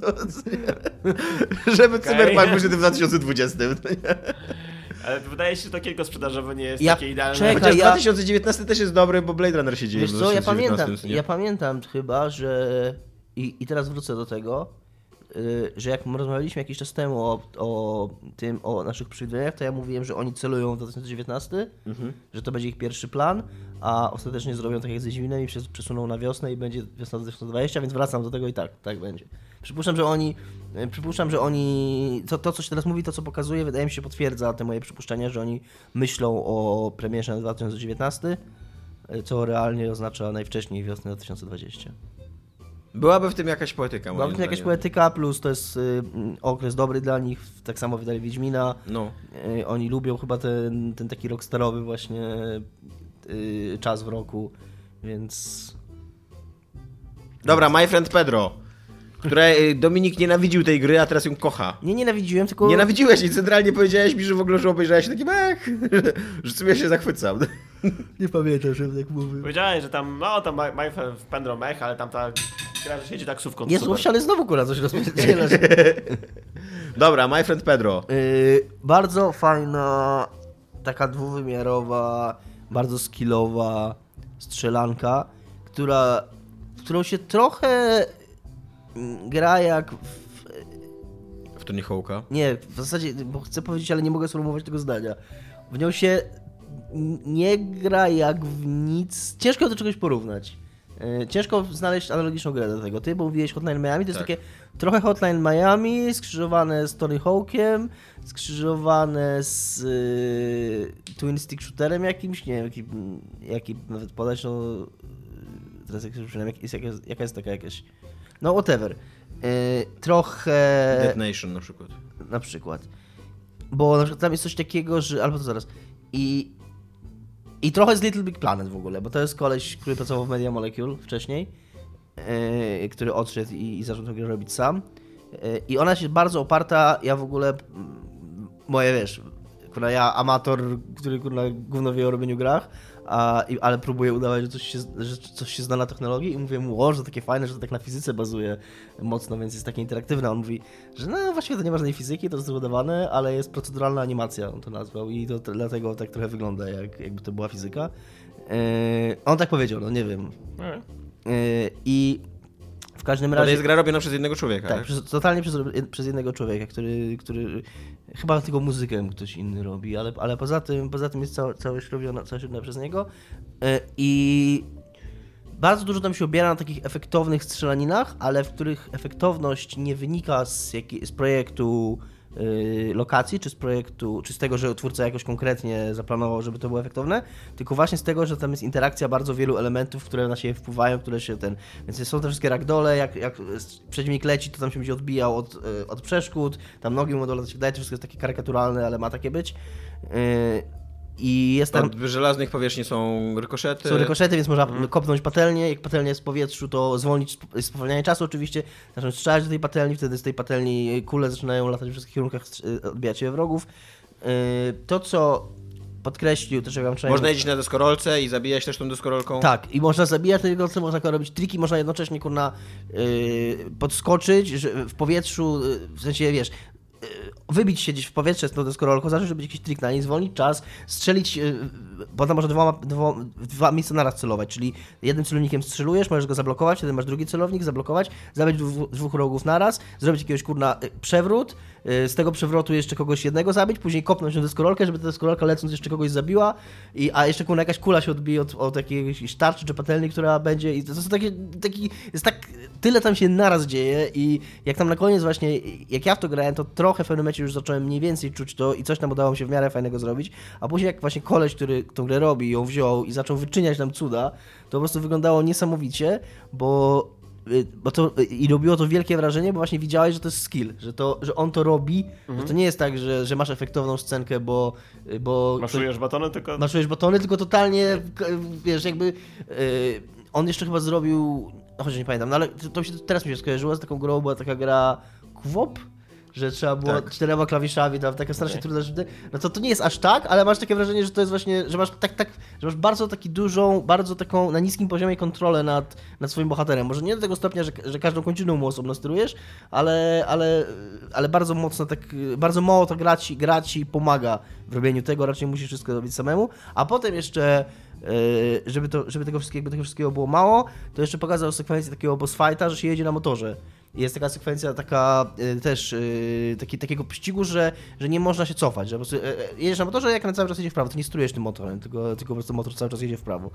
Speaker 2: Żeby okay. Cyberpunk wyszedł w dwa tysiące dwudziestym.
Speaker 3: Ale wydaje się, że to kilka sprzedażowe nie jest
Speaker 4: ja,
Speaker 3: takie idealne.
Speaker 4: Czekaj,
Speaker 2: Chociaż
Speaker 4: ja...
Speaker 2: dwa tysiące dziewiętnasty też jest dobry, bo Blade Runner się dzieje
Speaker 4: Wiesz
Speaker 2: w
Speaker 4: co, ja pamiętam,
Speaker 2: nie?
Speaker 4: ja pamiętam chyba, że... I, I teraz wrócę do tego, że jak rozmawialiśmy jakiś czas temu o, o tym, o naszych przewidywaniach, to ja mówiłem, że oni celują w dwa tysiące dziewiętnasty, mhm. że to będzie ich pierwszy plan, a ostatecznie zrobią tak jak ze Zimnem i przesuną na wiosnę i będzie wiosna dwa tysiące dwudziesty, więc wracam do tego i tak, tak będzie. Przypuszczam, że oni, przypuszczam, że oni, to, to co się teraz mówi, to co pokazuje, wydaje mi się potwierdza te moje przypuszczenia, że oni myślą o premierze na dwa tysiące dziewiętnasty, co realnie oznacza najwcześniej wiosnę dwa tysiące dwudziesty.
Speaker 2: Byłaby w tym jakaś poetyka.
Speaker 4: Byłaby w tym jakaś poetyka, plus to jest y, okres dobry dla nich, tak samo wydali Wiedźmina.
Speaker 2: No.
Speaker 4: Y, oni lubią chyba ten, ten taki rockstarowy właśnie y, czas w roku, więc...
Speaker 2: Dobra, My Friend Pedro, które Dominik nienawidził tej gry, a teraz ją kocha.
Speaker 4: Nie nienawidziłem, tylko...
Speaker 2: Nienawidziłeś i centralnie powiedziałeś mi, że w ogóle, że obejrzałeś taki mech, że sobie się zachwycam.
Speaker 4: Nie pamiętam, żebym tak mówił.
Speaker 3: Powiedziałeś, że tam, no tam My Friend Pedro mech, ale tam ta gra, że siedzi taksówką.
Speaker 4: Nie słuchaj, ale znowu kurwa coś rozpoczyna.
Speaker 2: Dobra, My Friend Pedro.
Speaker 4: Yy, bardzo fajna, taka dwuwymiarowa, bardzo skillowa strzelanka, która, w którą się trochę gra jak w...
Speaker 2: W Tony Hawk'a?
Speaker 4: Nie, w zasadzie, bo chcę powiedzieć, ale nie mogę sformułować tego zdania. W nią się nie gra jak w nic. Ciężko do czegoś porównać. Ciężko znaleźć analogiczną grę do tego. Ty, bo mówiłeś Hotline Miami, to jest tak. Takie trochę Hotline Miami, skrzyżowane z Tony Hawk'iem, skrzyżowane z y, Twin Stick Shooterem jakimś, nie wiem, jaki, jaki nawet podać, no teraz jak jak jest, jaka, jaka jest taka jakaś, no whatever. Y, trochę...
Speaker 2: Dead Nation na przykład.
Speaker 4: Na przykład. Bo na przykład tam jest coś takiego, że... Albo to zaraz. I... I trochę z Little Big Planet w ogóle, bo to jest koleś, który pracował w Media Molecule wcześniej, yy, który odszedł i, i zaczął tę grę robić sam. Yy, I ona się bardzo oparta, ja w ogóle... Moje, wiesz... Kurwa, ja amator, który kurwa gówno wie o robieniu grach, a, i, ale próbuję udawać, że coś, się, że coś się zna na technologii i mówię mu, o, że to takie fajne, że to tak na fizyce bazuje mocno, więc jest takie interaktywne. On mówi, że no właściwie to nie ma żadnej fizyki, to jest udawane, ale jest proceduralna animacja, on to nazwał i to, to dlatego tak trochę wygląda, jak, jakby to była fizyka. Yy, on tak powiedział, no nie wiem. Yy, I w każdym razie...
Speaker 2: To jest gra robiona przez jednego człowieka.
Speaker 4: Tak,
Speaker 2: tak?
Speaker 4: Przez, totalnie przez, przez jednego człowieka, który, który chyba tylko muzykę ktoś inny robi, ale, ale poza tym, poza tym jest cała, całość robiona, całość robiona przez niego. I bardzo dużo tam się obiera na takich efektownych strzelaninach, ale w których efektowność nie wynika z, jak, z projektu yy, lokacji, czy z projektu, czy z tego, że twórca jakoś konkretnie zaplanował, żeby to było efektowne, tylko właśnie z tego, że tam jest interakcja bardzo wielu elementów, które na siebie wpływają, które się ten... Więc są te wszystkie ragdole, jak, jak przeciwnik leci, to tam się będzie odbijał od, yy, od przeszkód, tam nogi mu dole, to się wydaje, to wszystko jest takie karykaturalne, ale ma takie być. Yy, I jest tam...
Speaker 2: Od żelaznych powierzchni są rykoszety.
Speaker 4: Są rykoszety, więc można mm. kopnąć patelnię. Jak patelnia jest w powietrzu, to zwolnić spowolnianie czasu oczywiście. Zaczną strzelać do tej patelni, wtedy z tej patelni kule zaczynają latać w wszystkich kierunkach, odbijać się wrogów. To, co podkreślił, to czego wczoraj...
Speaker 2: Można jeździć na deskorolce i zabijać też tą deskorolką.
Speaker 4: Tak, i można zabijać na deskorolce, można robić triki, można jednocześnie kurna, yy, podskoczyć że w powietrzu, w sensie wiesz... wybić się gdzieś w powietrze z tą deskorolką, zacząć robić jakiś trik na niej, zwolnić czas, strzelić, bo tam można dwoma, dwa, dwa miejsca naraz celować, czyli jednym celownikiem strzelujesz, możesz go zablokować, wtedy masz drugi celownik, zablokować, zabić dwóch, dwóch wrogów naraz, zrobić jakiegoś kurna przewrót, z tego przewrotu jeszcze kogoś jednego zabić, później kopnąć na deskorolkę, żeby ta deskorolka lecąc jeszcze kogoś zabiła, i, a jeszcze kurna jakaś kula się odbije od, od jakiejś tarczy czy patelni, która będzie i to są takie, taki, jest tak, tyle tam się naraz dzieje i jak tam na koniec właśnie, jak ja w to grałem, to trochę w pewnym momencie już zacząłem mniej więcej czuć to i coś tam udało mi się w miarę fajnego zrobić, a później jak właśnie koleś, który tą grę robi, ją wziął i zaczął wyczyniać nam cuda, to po prostu wyglądało niesamowicie, bo Bo to, i robiło to wielkie wrażenie, bo właśnie widziałeś, że to jest skill, że, to, że on to robi, mhm. że to nie jest tak, że, że masz efektowną scenkę, bo... bo
Speaker 3: maszujesz batony, tylko...
Speaker 4: Maszujesz batony, tylko totalnie, wiesz, jakby yy, on jeszcze chyba zrobił, no chociaż nie pamiętam, no ale to, to się, teraz mi się skojarzyło z taką grą, była taka gra Kwop, że trzeba było tak. czterema klawiszami, tam taka strasznie okay. trudna, no to to nie jest aż tak, ale masz takie wrażenie, że to jest właśnie, że masz tak, tak, że masz bardzo taki dużą, bardzo taką na niskim poziomie kontrolę nad, nad swoim bohaterem. Może nie do tego stopnia, że, że każdą kończyną mu osobno sterujesz, ale, ale, ale bardzo mocno tak, bardzo mało to gra ci, gra ci pomaga w robieniu tego, raczej musisz wszystko robić samemu, a potem jeszcze żeby, to, żeby tego, wszystkiego, tego wszystkiego było mało, to jeszcze pokazał sekwencję takiego boss fighta, że się jedzie na motorze. Jest taka sekwencja taka y, też y, taki, takiego pościgu, że, że nie można się cofać, że po prostu y, jedziesz na motorze, jak na cały czas jedzie w prawo, to nie sterujesz tym motorem, tylko, tylko po prostu motor cały czas jedzie w prawo.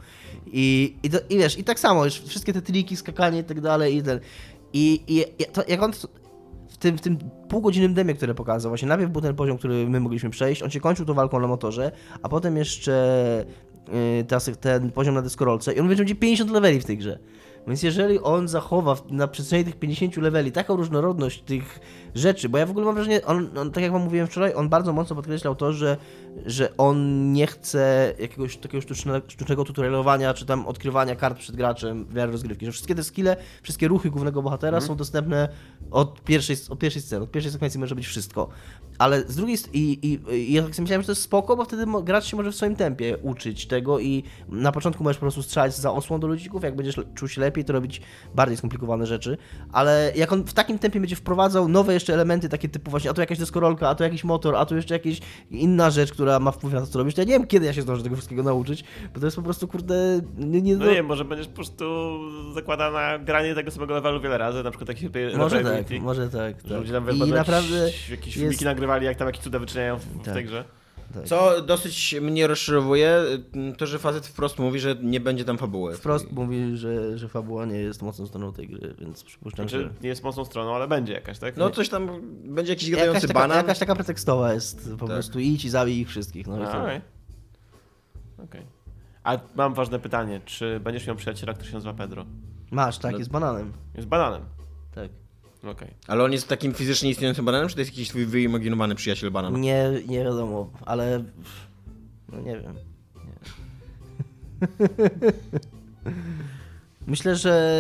Speaker 4: I, i, to, i wiesz, i tak samo, już wszystkie te triki, skakanie i tak dalej, i ten. I, i to, jak on w tym, w tym półgodzinnym demie, które pokazał, właśnie najpierw był ten poziom, który my mogliśmy przejść, on się kończył tą walką na motorze, a potem jeszcze y, ta, ten poziom na deskorolce i on będzie pięćdziesiąt leveli w tej grze. Więc jeżeli on zachowa na przestrzeni tych pięćdziesięciu leveli taką różnorodność tych rzeczy, bo ja w ogóle mam wrażenie, on, on, tak jak wam mówiłem wczoraj, on bardzo mocno podkreślał to, że, że on nie chce jakiegoś takiego sztuczne, sztucznego tutorialowania, czy tam odkrywania kart przed graczem w miarę rozgrywki, że wszystkie te skille, wszystkie ruchy głównego bohatera mm. są dostępne od pierwszej, od pierwszej sceny, od pierwszej sekwencji może być wszystko. Ale z drugiej strony, i, i, i ja tak sobie myślałem, że to jest spoko, bo wtedy gracz się może w swoim tempie uczyć tego i na początku możesz po prostu strzelać za osłon do ludzików, jak będziesz czuł się lepiej, to robić bardziej skomplikowane rzeczy, ale jak on w takim tempie będzie wprowadzał nowe jeszcze elementy, takie typu właśnie, a tu jakaś deskorolka, a tu jakiś motor, a tu jeszcze jakaś inna rzecz, która ma wpływ na to, co robisz, to ja nie wiem, kiedy ja się zdążę tego wszystkiego nauczyć, bo to jest po prostu, kurde, nie... nie
Speaker 3: no do... nie, może będziesz po prostu zakłada na granie tego samego levelu wiele razy, na przykład taki...
Speaker 4: Może tak, może tak,
Speaker 3: że ludzie
Speaker 4: tak.
Speaker 3: tam I naprawdę jakieś jest... filmiki nagrywali, jak tam jakieś cuda wyczyniają w,
Speaker 4: tak.
Speaker 3: w tej grze.
Speaker 2: Tak. Co dosyć mnie rozczarowuje, to że facet wprost mówi, że nie będzie tam fabuły.
Speaker 4: Wprost mówi, że, że fabuła nie jest mocną stroną tej gry, więc przypuszczam,
Speaker 3: znaczy,
Speaker 4: że...
Speaker 3: nie jest mocną stroną, ale będzie jakaś, tak?
Speaker 2: No coś tam, będzie jakiś gadający
Speaker 4: jakaś taka,
Speaker 2: banan.
Speaker 4: Jakaś taka pretekstowa jest, po tak. prostu idź i zabij ich wszystkich. No,
Speaker 3: A, okej. Okay. Okay. A mam ważne pytanie, czy będziesz miał przyjaciela, który się nazywa Pedro?
Speaker 4: Masz, tak, no. jest bananem.
Speaker 3: Jest bananem?
Speaker 4: Tak.
Speaker 3: Okay.
Speaker 2: Ale on jest takim fizycznie istniejącym bananem, czy to jest jakiś twój wyimaginowany przyjaciel banan?
Speaker 4: Nie, nie wiadomo, ale... No nie wiem. Nie. Myślę, że...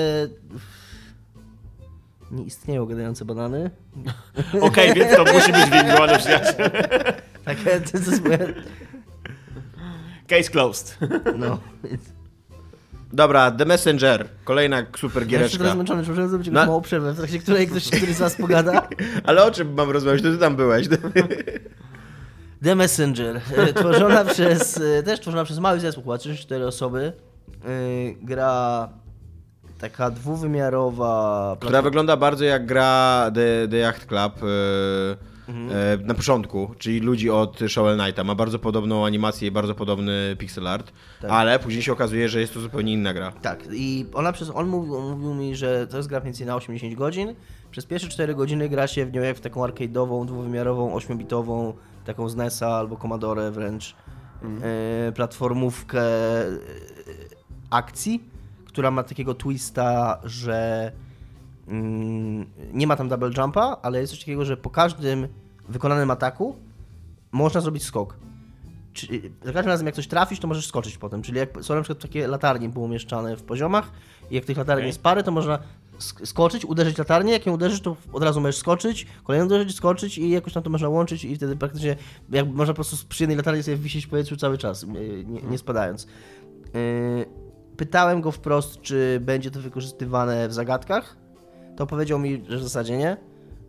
Speaker 4: Nie istnieją gadające banany.
Speaker 3: Okej, okay, więc to musi być wyimaginowany przyjaciel.
Speaker 4: Tak, to jest moje...
Speaker 3: Case closed.
Speaker 4: No.
Speaker 2: Dobra, The Messenger, kolejna super giereczka. Ja
Speaker 4: jestem teraz zmęczony, czy możemy zrobić jakąś małą przerwę, w trakcie której ktoś, któryś z was pogada?
Speaker 2: Ale o czym mam rozmawiać? To ty tam byłeś.
Speaker 4: The Messenger, tworzona przez, też tworzona przez mały zespół, chyba trzy cztery osoby. Gra taka dwuwymiarowa...
Speaker 2: Która platforma. Wygląda bardzo jak gra The, The Yacht Club. Mhm. Na początku, czyli ludzi od Shovel Knighta. Ma bardzo podobną animację i bardzo podobny pixel art, tak. Ale później się okazuje, że jest to zupełnie inna gra.
Speaker 4: Tak, i ona przez, on mówił, on mówił mi, że to jest gra więcej na osiemdziesiąt godzin. Przez pierwsze cztery godziny gra się w nią jak w taką arcade'ową, dwuwymiarową, ośmiobitową, taką z nesa albo Commodore wręcz, mhm. e, platformówkę e, akcji, która ma takiego twista, że mm, nie ma tam double jumpa, ale jest coś takiego, że po każdym wykonanym ataku można zrobić skok. Czyli za każdym razem jak coś trafisz, to możesz skoczyć potem. Czyli jak są na przykład takie latarnie poumieszczane w poziomach i jak tych latarni okay. jest parę, to można sk- skoczyć, uderzyć latarnię, jak ją uderzysz, to od razu możesz skoczyć, kolejną uderzyć, skoczyć i jakoś tam to można łączyć i wtedy praktycznie jak można po prostu przy jednej latarni sobie wisieć w powietrzu cały czas, nie, nie spadając. Pytałem go wprost, czy będzie to wykorzystywane w zagadkach. To powiedział mi, że w zasadzie nie.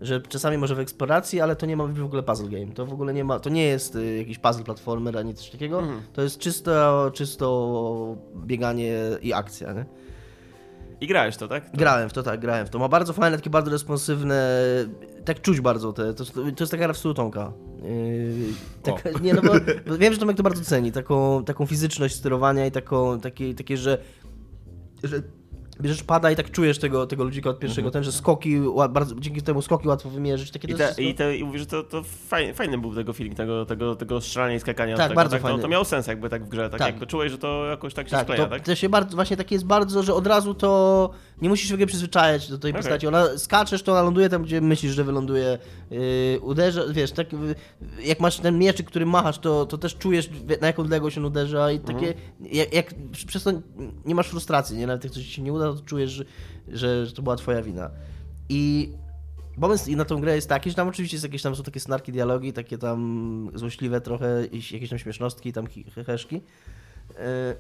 Speaker 4: że czasami może w eksploracji, ale to nie ma w ogóle puzzle game. To w ogóle nie ma, to nie jest y, jakiś puzzle platformer ani coś takiego. Mhm. To jest czysto, czysto bieganie i akcja, nie?
Speaker 3: I grałeś to, tak? To...
Speaker 4: Grałem w to, tak, grałem w to. Ma bardzo fajne, takie bardzo responsywne, tak czuć bardzo te, to, to jest taka gra w stylu Tomka. Yy, tak, nie, no bo, bo wiem, że Tomek to bardzo ceni, taką, taką fizyczność sterowania i taką, takie, takie że, że bierzesz pada i tak czujesz tego, tego ludzika od pierwszego, mm-hmm. ten, że skoki, bardzo, dzięki temu skoki łatwo wymierzyć. Takie
Speaker 3: I, te, i, te, i mówisz, że to, to fajny, fajny był tego feeling, tego, tego, tego strzelania i skakania.
Speaker 4: Tak,
Speaker 3: tego,
Speaker 4: bardzo
Speaker 3: tak,
Speaker 4: fajny.
Speaker 3: To, to miało sens jakby tak w grze, tak,
Speaker 4: tak.
Speaker 3: jakby czułeś, że to jakoś tak się
Speaker 4: tak,
Speaker 3: skleja,
Speaker 4: to,
Speaker 3: tak?
Speaker 4: To się bardzo, właśnie takie jest bardzo, że od razu to nie musisz się w ogóle przyzwyczajać do tej okay. postaci. Ona skaczesz, to ona ląduje tam, gdzie myślisz, że wyląduje. Yy, uderza, wiesz, tak, jak masz ten mieczyk, który machasz, to, to też czujesz, na jaką odległość on uderza i takie, mm. jak, jak przez to nie masz frustracji, nie? Nawet jak coś ci się nie uda, to czujesz, że, że, że to była twoja wina. I pomysł na tą grę jest taki, że tam oczywiście jest jakieś tam, są takie snarki dialogi, takie tam złośliwe trochę, jakieś tam śmiesznostki, tam heheszki. Yy,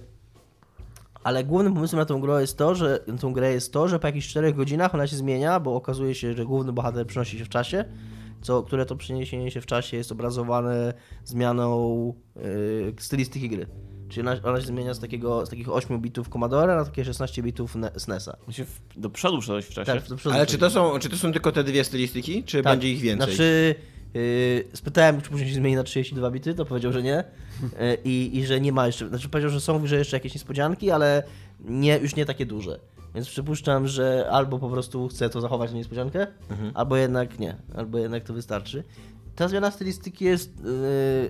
Speaker 4: ale głównym pomysłem na tą grę jest to, że na tą grę jest to, że po jakichś czterech godzinach ona się zmienia, bo okazuje się, że główny bohater przenosi się w czasie, co, które to przeniesienie się w czasie jest obrazowane zmianą yy, stylistyki gry. Czyli ona, ona się zmienia z, takiego, z takich ośmiu bitów Commodore na takie szesnaście bitów S N E S a.
Speaker 3: Się w, do przodu przeszedłeś w czasie?
Speaker 4: Tak, do przodu.
Speaker 2: Ale czy to, są, czy to są tylko te dwie stylistyki, czy
Speaker 4: tak.
Speaker 2: będzie ich więcej?
Speaker 4: Znaczy, yy, spytałem, czy później się zmieni na trzydzieści dwa bity, to powiedział, że nie. Yy, i, I że nie ma jeszcze, znaczy powiedział, że są że jeszcze jakieś niespodzianki, ale nie, już nie takie duże. Więc przypuszczam, że albo po prostu chce to zachować na niespodziankę, mhm. albo jednak nie, albo jednak to wystarczy. Ta zmiana stylistyki jest yy,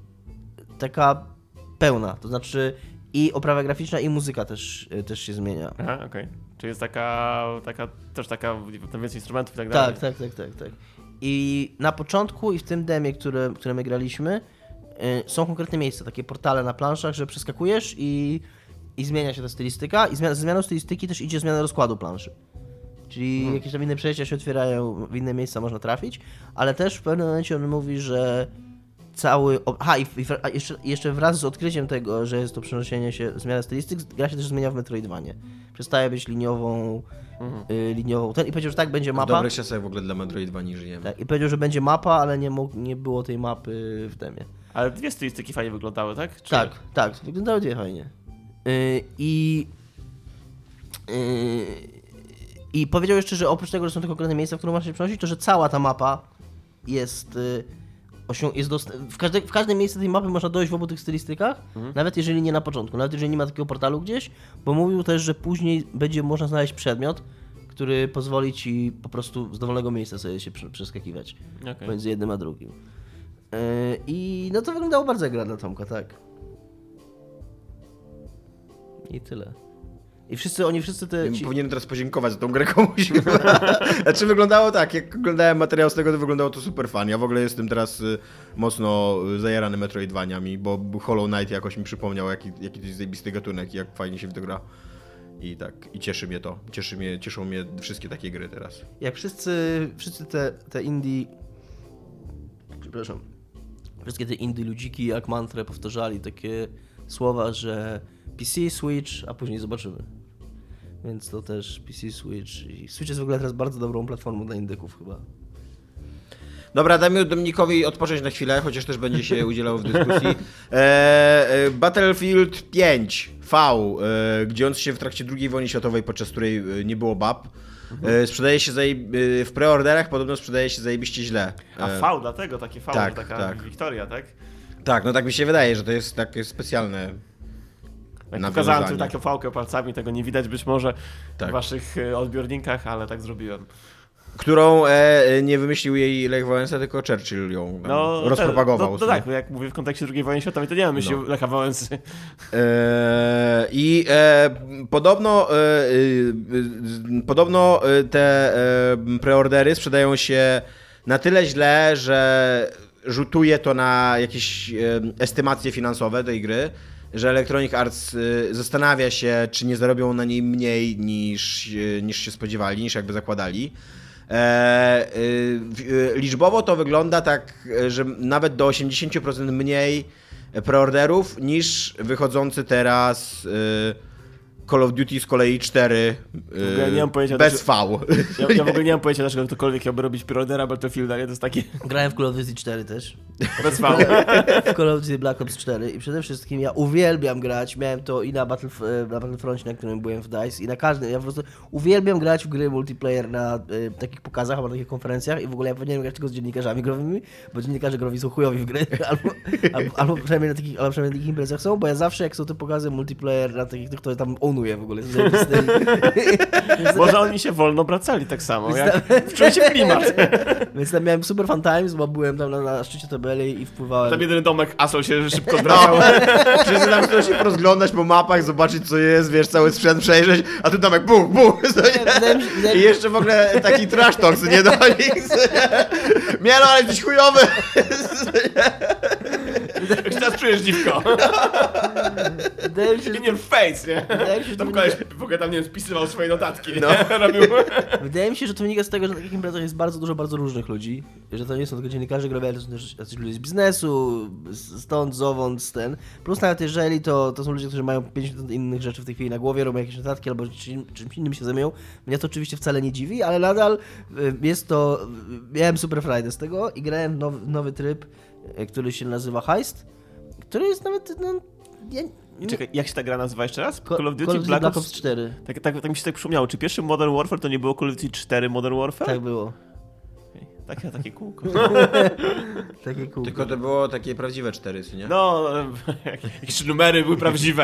Speaker 4: taka pełna, to znaczy i oprawa graficzna, i muzyka też, też się zmienia.
Speaker 3: Aha, okej. Okay. Czyli jest taka, taka, też taka, więcej instrumentów i tak dalej.
Speaker 4: Tak, tak, tak, tak, tak. I na początku i w tym demie, które, które my graliśmy, yy, są konkretne miejsca, takie portale na planszach, że przeskakujesz i, i zmienia się ta stylistyka i zmiana, ze zmianą stylistyki też idzie zmiana rozkładu planszy. Czyli hmm. jakieś tam inne przejścia się otwierają, w inne miejsca można trafić, ale też w pewnym momencie on mówi, że cały... Aha, i, i a jeszcze, jeszcze wraz z odkryciem tego, że jest to przenoszenie się, zmiana stylistyk, gra się też zmienia w Metroidvanie. Przestaje być liniową, mhm. y, liniową ten i powiedział, że tak, będzie mapa.
Speaker 2: W dobrych czasach w ogóle dla Metroidvanii żyjemy.
Speaker 4: Tak, i powiedział, że będzie mapa, ale nie, mógł, nie było tej mapy w demie.
Speaker 3: Ale dwie stylistyki fajnie wyglądały, tak? Czy...
Speaker 4: Tak, tak, wyglądały dwie fajnie. Yy, I... Yy, I powiedział jeszcze, że oprócz tego, że są te konkretne miejsca, w które można się przenosić, to że cała ta mapa jest... Yy, Jest dost... w, każde... w każdym miejscu tej mapy można dojść w obu tych stylistykach, mhm. nawet jeżeli nie na początku, nawet jeżeli nie ma takiego portalu gdzieś, bo mówił też, że później będzie można znaleźć przedmiot, który pozwoli ci po prostu z dowolnego miejsca sobie się przeskakiwać okay. między jednym a drugim. Yy, I no to wyglądało bardzo jak gra dla Tomka, tak. I tyle. I wszyscy, oni wszyscy te... Ci...
Speaker 2: Powinienem teraz podziękować za tą grę komuś. Znaczy wyglądało tak, jak oglądałem materiał z tego, to wyglądało to super fan. Ja w ogóle jestem teraz y, mocno zajarany Metroidvaniami, bo Hollow Knight jakoś mi przypomniał, jaki, jaki to jest zajebisty gatunek i jak fajnie się w to gra. I tak, i cieszy mnie to. Cieszy mnie, cieszą mnie wszystkie takie gry teraz.
Speaker 4: Jak wszyscy, wszyscy te, te indie... Przepraszam. Wszystkie te indie ludziki jak mantrę powtarzali takie słowa, że P C, Switch, a później zobaczymy. Więc to też P C, Switch. I Switch jest w ogóle teraz bardzo dobrą platformą dla indyków chyba.
Speaker 2: Dobra, dajmy Dominikowi odpocząć na chwilę, chociaż też będzie się udzielał w dyskusji. E, e, Battlefield pięć V, e, gdzie on się w trakcie drugiej wojny światowej, podczas której nie było bab. Mhm. E, sprzedaje się zaje- w preorderach, podobno sprzedaje się zajebiście źle.
Speaker 3: E, a V, dlatego takie V,
Speaker 2: tak,
Speaker 3: taka
Speaker 2: tak.
Speaker 3: Wiktoria, tak?
Speaker 2: Tak, no tak mi się wydaje, że to jest takie specjalne.
Speaker 3: Jak pokazałem tu taką fałkę palcami, tego nie widać być może
Speaker 2: tak.
Speaker 3: w waszych odbiornikach, ale tak zrobiłem.
Speaker 2: Którą e, nie wymyślił jej Lech Wałęsa, tylko Churchill ją no, rozpropagował.
Speaker 3: No, no tak, jak mówię w kontekście drugiej wojny światowej, to nie mam myśli no. Lecha Wałęsy.
Speaker 2: E, I e, podobno, e, e, podobno te e, preordery sprzedają się na tyle źle, że rzutuje to na jakieś e, estymacje finansowe tej gry, że Electronic Arts zastanawia się, czy nie zarobią na niej mniej niż, niż się spodziewali, niż jakby zakładali. E, y, liczbowo to wygląda tak, że nawet do osiemdziesiąt procent mniej preorderów niż wychodzący teraz y, Call of Duty z kolei cztery
Speaker 3: Ja nie mam pojęcia,
Speaker 2: bez V.
Speaker 3: Ja, ja w ogóle nie mam pojęcia, dlaczego ktokolwiek chciałby robić preordera Battlefielda, nie? To jest takie...
Speaker 4: Grałem w Call of Duty cztery też.
Speaker 3: Bez V.
Speaker 4: W Call of Duty Black Ops cztery i przede wszystkim ja uwielbiam grać, miałem to i na, Battlef na Battlefroncie, na którym byłem w DICE i na każdym, ja po prostu uwielbiam grać w gry multiplayer na y, takich pokazach albo na takich konferencjach i w ogóle ja powinienem grać tylko z dziennikarzami growymi, bo dziennikarze growi są chujowi w gry, albo, albo, albo przynajmniej na takich, albo przynajmniej na takich imprezach są, bo ja zawsze jak są te pokazy multiplayer na takich, to tam ownuję w ogóle.
Speaker 3: Może oni się wolno obracali tak samo, jak wczuł się klimat.
Speaker 4: Więc tam miałem super fun times, bo byłem tam na, na szczycie tabeli i wpływałem.
Speaker 3: Tam jedyny domek Asol się szybko zbrał.
Speaker 2: Wszyscy tam chcą się rozglądać po mapach, zobaczyć co jest, wiesz, cały sprzęt przejrzeć, a tu domek buch, buch. I jeszcze w ogóle taki trash talk, nie do nich. Mielo, ale jesteś chujowy.
Speaker 3: Jak się teraz czujesz, dziwko.
Speaker 4: Się,
Speaker 3: I nie w face, nie?
Speaker 4: Się,
Speaker 3: tam koleś w ogóle tam nie spisywał swoje notatki.
Speaker 2: No.
Speaker 3: Robił.
Speaker 4: Wydaje mi się, że to wynika z tego, że na takich imprezach jest bardzo dużo, bardzo różnych ludzi. Że to nie są tylko dziennikarze growe, to są też jacyś ludzie z biznesu, stąd, zowąd, z ten. Plus nawet jeżeli to, to są ludzie, którzy mają pięćdziesiąt innych rzeczy w tej chwili na głowie, robią jakieś notatki albo czymś innym się zajmują. Mnie to oczywiście wcale nie dziwi, ale nadal jest to... Miałem super frajdę z tego i grałem w nowy, nowy tryb, który się nazywa Heist, który jest nawet... No, ja,
Speaker 3: I czekaj, jak się ta gra nazywa jeszcze raz?
Speaker 4: Call of Duty, Call of Duty Black, Black Ops cztery.
Speaker 3: Tak, tak, tak mi się tak przypomniało. Czy pierwszy Modern Warfare to nie było Call of Duty cztery Modern Warfare?
Speaker 4: Tak było.
Speaker 3: Takie, takie kółko.
Speaker 4: Takie kółko.
Speaker 2: Tylko to było takie prawdziwe cztery, nie?
Speaker 3: No, jakieś numery były prawdziwe.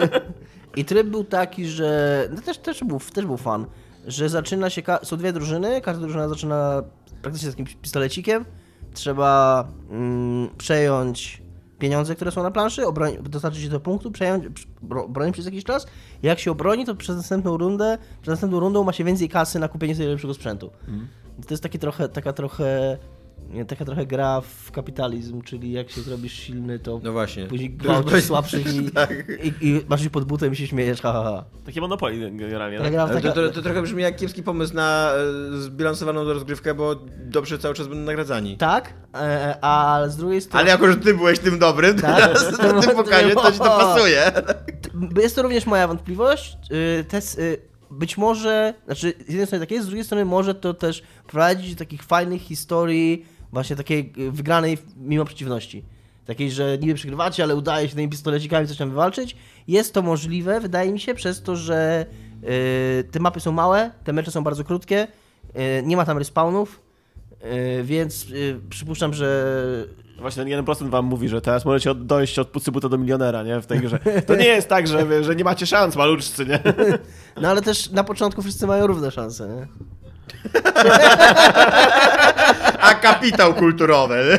Speaker 4: I tryb był taki, że... No też, też, był, też był fan, że zaczyna się... Są dwie drużyny, każda drużyna zaczyna praktycznie z takim pistolecikiem. Trzeba mm, przejąć pieniądze, które są na planszy, obroń, dostarczyć się do punktu, przejąć, bronić przez jakiś czas. Jak się obroni, to przez następną rundę, przez następną rundą ma się więcej kasy na kupienie sobie lepszego sprzętu. Mm. To jest taki trochę, taka trochę, taka trochę gra w kapitalizm, czyli jak się zrobisz silny, to
Speaker 2: no właśnie.
Speaker 4: później gwałcisz słabszych i, tak. i, i masz ich pod butem i się śmiejesz, ha, ha, ha.
Speaker 3: Takie Monopoly generalnie.
Speaker 4: Tak?
Speaker 2: Taka... To, to, to trochę brzmi jak kiepski pomysł na e, zbilansowaną rozgrywkę, bo dobrze cały czas będą nagradzani.
Speaker 4: Tak, e, a z drugiej strony...
Speaker 2: Ale jako, że ty byłeś tym dobrym, tak? teraz na tym pokazie, to ci to pasuje.
Speaker 4: Jest to również moja wątpliwość. Te, być może, znaczy z jednej strony tak jest, z drugiej strony może to też prowadzić do takich fajnych historii, właśnie takiej wygranej mimo przeciwności. Takiej, że niby przegrywacie, ale udaje się tymi pistolecikami coś tam wywalczyć. Jest to możliwe, wydaje mi się, przez to, że yy, te mapy są małe, te mecze są bardzo krótkie, yy, nie ma tam respawnów, yy, więc yy, przypuszczam, że...
Speaker 3: Właśnie ten jeden procent wam mówi, że teraz możecie dojść od pucybuta do milionera, nie? W tej grze. To nie jest tak, że, że nie macie szans, maluczcy, nie?
Speaker 4: No ale też na początku wszyscy mają równe szanse, nie?
Speaker 2: A kapitał kulturowy.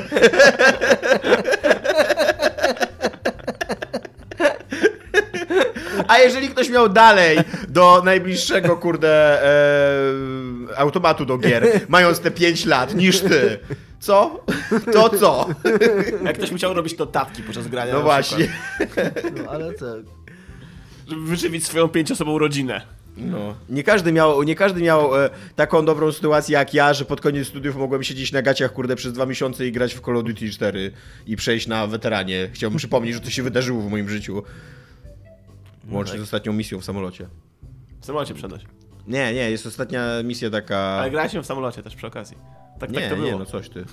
Speaker 2: A jeżeli ktoś miał dalej do najbliższego, kurde, e, automatu do gier, mając te pięć lat, niż ty, co? To co?
Speaker 3: Jak ktoś musiał robić notatki podczas grania.
Speaker 2: No właśnie.
Speaker 4: No ale tak.
Speaker 3: Żeby wyżywić swoją pięciosobową rodzinę.
Speaker 2: No. Nie każdy miał, nie każdy miał e, taką dobrą sytuację jak ja, że pod koniec studiów mogłem siedzieć na gaciach, kurde, przez dwa miesiące i grać w Call of Duty cztery i przejść na weteranie. Chciałbym przypomnieć, że to się wydarzyło w moim życiu. Łącznie no tak. z ostatnią misją w samolocie.
Speaker 3: W samolocie przedać.
Speaker 2: Nie, nie, jest ostatnia misja taka...
Speaker 3: Ale graliśmy w samolocie też przy okazji. Tak,
Speaker 2: nie,
Speaker 3: tak to było.
Speaker 2: Nie, no coś ty.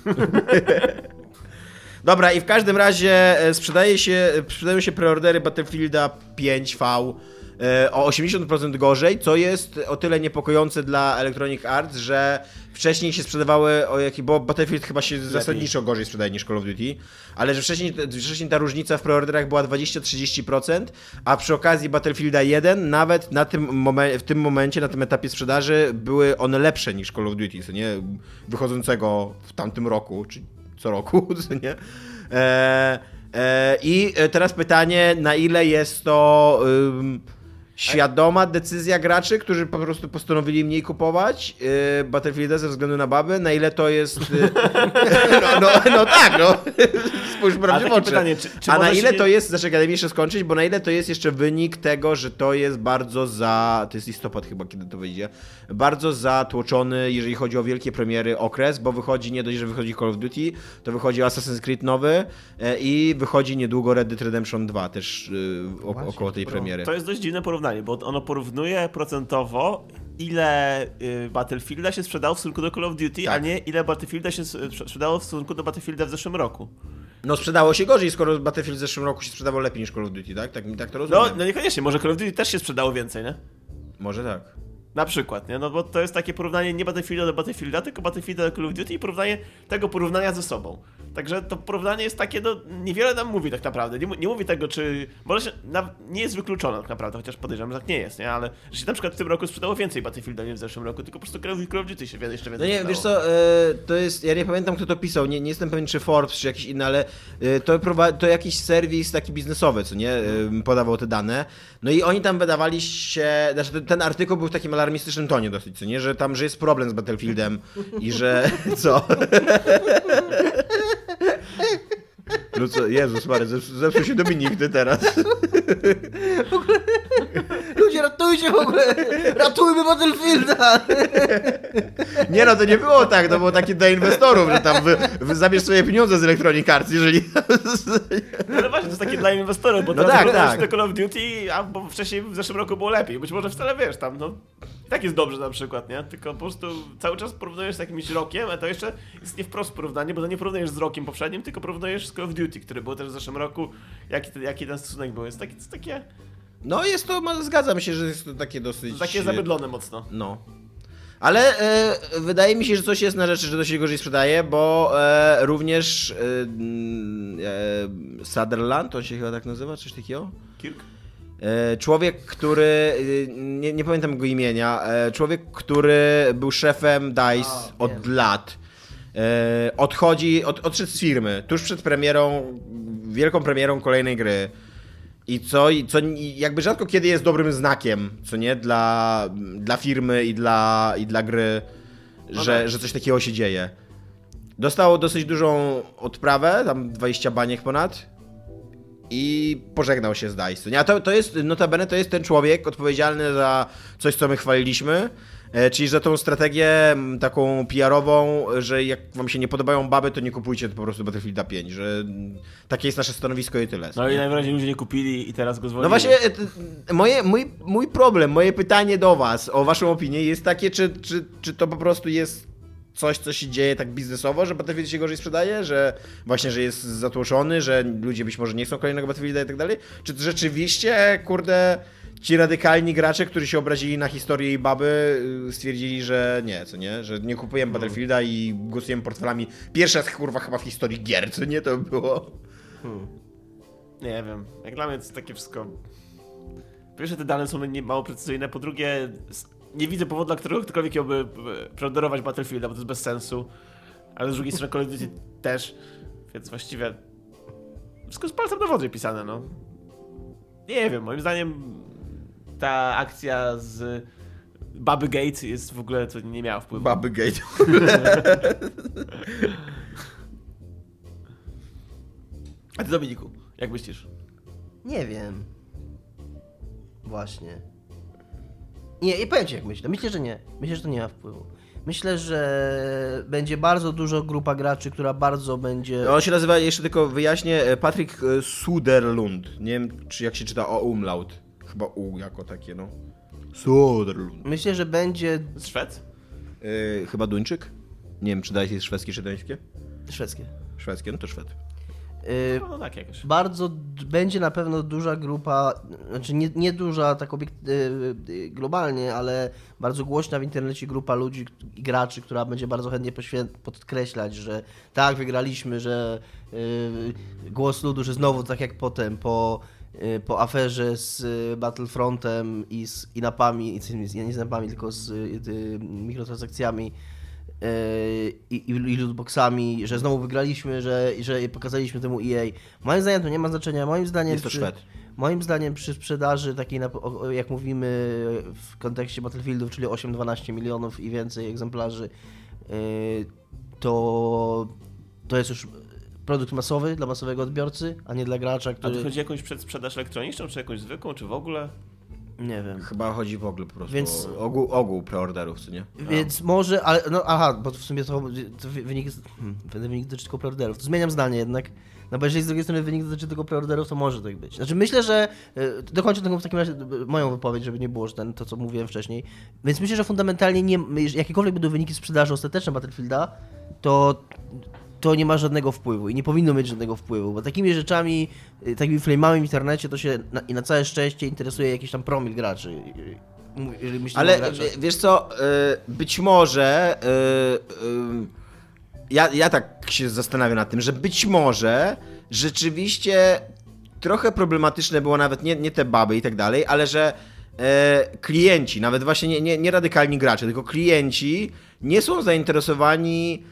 Speaker 2: Dobra, i w każdym razie sprzedaje się, sprzedają się preordery Battlefielda pięć V o osiemdziesiąt procent gorzej, co jest o tyle niepokojące dla Electronic Arts, że wcześniej się sprzedawały, o jaki, bo Battlefield chyba się Lepiej. zasadniczo gorzej sprzedaje niż Call of Duty, ale że wcześniej, wcześniej ta różnica w preorderach była dwadzieścia do trzydziestu procent, a przy okazji Battlefielda jeden nawet na tym momen- w tym momencie, na tym etapie sprzedaży były one lepsze niż Call of Duty, co nie? Wychodzącego w tamtym roku, czy co roku, co nie? E, e, I teraz pytanie, na ile jest to... Ym, świadoma decyzja graczy, którzy po prostu postanowili mniej kupować yy, Battlefielda ze względu na baby, na ile to jest... Yy, no, no, no tak, no. spójrz prawdzie w oczy.
Speaker 3: Pytanie, czy, czy
Speaker 2: A na ile
Speaker 3: nie...
Speaker 2: to jest, znaczy daj mi jeszcze skończyć, bo na ile to jest jeszcze wynik tego, że to jest bardzo za, to jest listopad chyba, kiedy to wyjdzie, bardzo zatłoczony, jeżeli chodzi o wielkie premiery okres, bo wychodzi, nie dość, że wychodzi Call of Duty, to wychodzi Assassin's Creed nowy i wychodzi niedługo Red Dead Redemption dwa też yy, o, około tej premiery.
Speaker 3: To jest dość dziwne porównanie, bo ono porównuje procentowo, ile y, Battlefielda się sprzedało w stosunku do Call of Duty, tak. a nie ile Battlefielda się sprzedało w stosunku do Battlefielda w zeszłym roku.
Speaker 2: No sprzedało się gorzej, skoro Battlefield w zeszłym roku się sprzedawał lepiej niż Call of Duty, tak? Tak, tak to rozumiem.
Speaker 3: No, no niekoniecznie, może Call of Duty też się sprzedało więcej, nie?
Speaker 2: Może tak.
Speaker 3: Na przykład, nie? No bo to jest takie porównanie nie Battlefielda do Battlefielda, tylko Battlefielda do Call of Duty i porównanie tego porównania ze sobą. Także to porównanie jest takie, no niewiele nam mówi tak naprawdę. Nie, nie mówi tego, czy... Może się, na, nie jest wykluczone tak naprawdę, chociaż podejrzewam, że tak nie jest, nie? Ale że się na przykład w tym roku sprzedało więcej Battlefielda niż w zeszłym roku, tylko po prostu Call of Duty się jeszcze więcej
Speaker 2: No nie,
Speaker 3: sprzedało.
Speaker 2: wiesz co, to jest... Ja nie pamiętam, kto to pisał, nie, nie jestem pewien, czy Forbes, czy jakiś inny, ale to, to jakiś serwis taki biznesowy, co nie? Podawał te dane. No i oni tam wydawali się... Znaczy ten artykuł był w takim alarmistycznym tonie dosyć, co nie? Że tam, że jest problem z Battlefieldem i że... Co? No co, Jezus Maria, zepsuł się Dominik, ty teraz.
Speaker 4: W ogóle... Ludzie, ratujcie w ogóle! Ratujmy Battlefielda!
Speaker 2: Nie no, to nie było tak, to było takie dla inwestorów, że tam wy, wy zabierz swoje pieniądze z Electronic Arts, jeżeli...
Speaker 3: No ale właśnie, to jest takie dla inwestorów, bo
Speaker 2: no
Speaker 3: teraz
Speaker 2: tak, tak.
Speaker 3: do Call of Duty, a bo wcześniej w zeszłym roku było lepiej. Być może wcale wiesz tam, no... I tak jest dobrze na przykład, nie? Tylko po prostu cały czas porównujesz z jakimś rokiem, a to jeszcze jest nie wprost porównanie, bo to nie porównujesz z rokiem poprzednim, tylko porównujesz z Call of Duty, który był też w zeszłym roku. Jaki, jaki ten stosunek był? Jest takie... Jest takie...
Speaker 2: No jest to, zgadzam się, że jest to takie dosyć...
Speaker 3: Takie zabydlone mocno.
Speaker 2: No. Ale e, wydaje mi się, że coś jest na rzeczy, że to się gorzej sprzedaje, bo e, również e, e, Sutherland, on się chyba tak nazywa, coś takiego?
Speaker 3: Kirk?
Speaker 2: E, człowiek, który, nie, nie pamiętam jego imienia, e, człowiek, który był szefem DICE
Speaker 4: A,
Speaker 2: od
Speaker 4: wiem.
Speaker 2: lat, e, odchodzi, od, odszedł z firmy, tuż przed premierą, wielką premierą kolejnej gry. I co, i co jakby rzadko kiedy jest dobrym znakiem, co nie, dla, dla firmy i dla, i dla gry,
Speaker 3: No
Speaker 2: że,
Speaker 3: tak.
Speaker 2: że coś takiego się dzieje. Dostało dosyć dużą odprawę, tam dwadzieścia baniek ponad i pożegnał się z DICE. Nie, a to, to jest, notabene to jest ten człowiek odpowiedzialny za coś, co my chwaliliśmy, e, czyli za tą strategię m, taką P R-ową, że jak wam się nie podobają baby, to nie kupujcie po prostu Battlefielda pięć, że m, takie jest nasze stanowisko i tyle.
Speaker 3: No i najwyraźniej ludzie nie kupili i teraz go zwolnili.
Speaker 2: No właśnie, e, t- moje, mój, mój problem, moje pytanie do was o waszą opinię jest takie, czy, czy, czy to po prostu jest coś, co się dzieje tak biznesowo, że Battlefield się gorzej sprzedaje, że właśnie, że jest zatłoczony, że ludzie być może nie chcą kolejnego Battlefielda i tak dalej? Czy rzeczywiście, kurde, ci radykalni gracze, którzy się obrazili na historię i baby, stwierdzili, że nie, co nie? Że nie kupujemy Battlefielda i głosujemy portfelami. Pierwsza raz, kurwa, chyba w historii gier, co nie to było?
Speaker 3: Hmm. Nie wiem, jak dla mnie to jest takie wszystko... Po pierwsze, te dane są nie mało precyzyjne, po drugie, nie widzę powodu, dla którego ktokolwiek miałby preorderować Battlefielda, bo to jest bez sensu, ale z drugiej strony Call of Duty też, więc właściwie wszystko z palcem do wody pisane, no. Nie wiem, moim zdaniem ta akcja z Baby Gate jest w ogóle, to nie miała wpływu.
Speaker 2: Baby Gate.
Speaker 3: A ty, Dominiku, jak myślisz?
Speaker 4: Nie wiem. Właśnie. Nie, i powiem ci jak myślę. Myślę, że nie. Myślę, że to nie ma wpływu. Myślę, że będzie bardzo dużo grupa graczy, która bardzo będzie...
Speaker 2: On się nazywa, jeszcze tylko wyjaśnię, Patrick Suderlund. Nie wiem, czy jak się czyta o umlaut. Chyba U jako takie, no. Suderlund.
Speaker 4: Myślę, że będzie...
Speaker 3: Z Szwed?
Speaker 2: Yy, chyba Duńczyk? Nie wiem, czy dalej jest szwedzkie czy duńskie?
Speaker 4: Szwedzkie.
Speaker 2: Szwedzkie, no to Szwed.
Speaker 4: Yy,
Speaker 3: No, no tak jakoś.
Speaker 4: bardzo d- będzie na pewno duża grupa, znaczy nie, nie duża tak obiekt, yy, yy, globalnie, ale bardzo głośna w internecie grupa ludzi i graczy, która będzie bardzo chętnie poświę- podkreślać, że tak, wygraliśmy, że yy, głos ludu, że znowu tak jak potem po, yy, po aferze z yy, Battlefrontem i z inapami, i z, nie z inapami, tylko z yy, mikrotransakcjami, I, i, i lootboxami, że znowu wygraliśmy, że, że pokazaliśmy temu E A. Moim zdaniem to nie ma znaczenia. Moim zdaniem
Speaker 2: Jest to
Speaker 4: przy,
Speaker 2: Szwed.
Speaker 4: Moim zdaniem przy sprzedaży takiej, na, o- jak mówimy w kontekście Battlefieldów, czyli osiem do dwunastu milionów i więcej egzemplarzy, yy, to, to jest już produkt masowy dla masowego odbiorcy, a nie dla gracza,
Speaker 3: A
Speaker 4: który...
Speaker 3: to chodzi o jakąś przedsprzedaż elektroniczną, czy jakąś zwykłą, czy w ogóle?
Speaker 4: Nie wiem.
Speaker 2: Chyba chodzi w ogóle po prostu
Speaker 4: Więc-
Speaker 2: o ogół, ogół preorderów, co nie?
Speaker 4: Więc może, ale no aha, bo w sumie to, to wy- wynik, hmm, wynik dotyczy tylko preorderów. To zmieniam zdanie jednak. No bo jeżeli z drugiej strony wynik dotyczy tylko preorderów, to może tak być. Znaczy myślę, że y, dokończę taką w takim razie y, moją wypowiedź, żeby nie było, że ten, to co mówiłem wcześniej. Więc myślę, że fundamentalnie nie, jakiekolwiek będą wyniki sprzedaży ostateczne Battlefielda, to to nie ma żadnego wpływu i nie powinno mieć żadnego wpływu, bo takimi rzeczami, y, takimi flamami w internecie to się na, i na całe szczęście interesuje jakiś tam promil graczy. y, y, Jeżeli myślimy
Speaker 2: Ale
Speaker 4: o graczach.
Speaker 2: w- wiesz co, y, być może y, y, ja, ja tak się zastanawiam nad tym, że być może rzeczywiście trochę problematyczne było nawet nie, nie te baby i tak dalej, ale że e, klienci, nawet właśnie nie, nie, nie radykalni gracze, tylko klienci nie są zainteresowani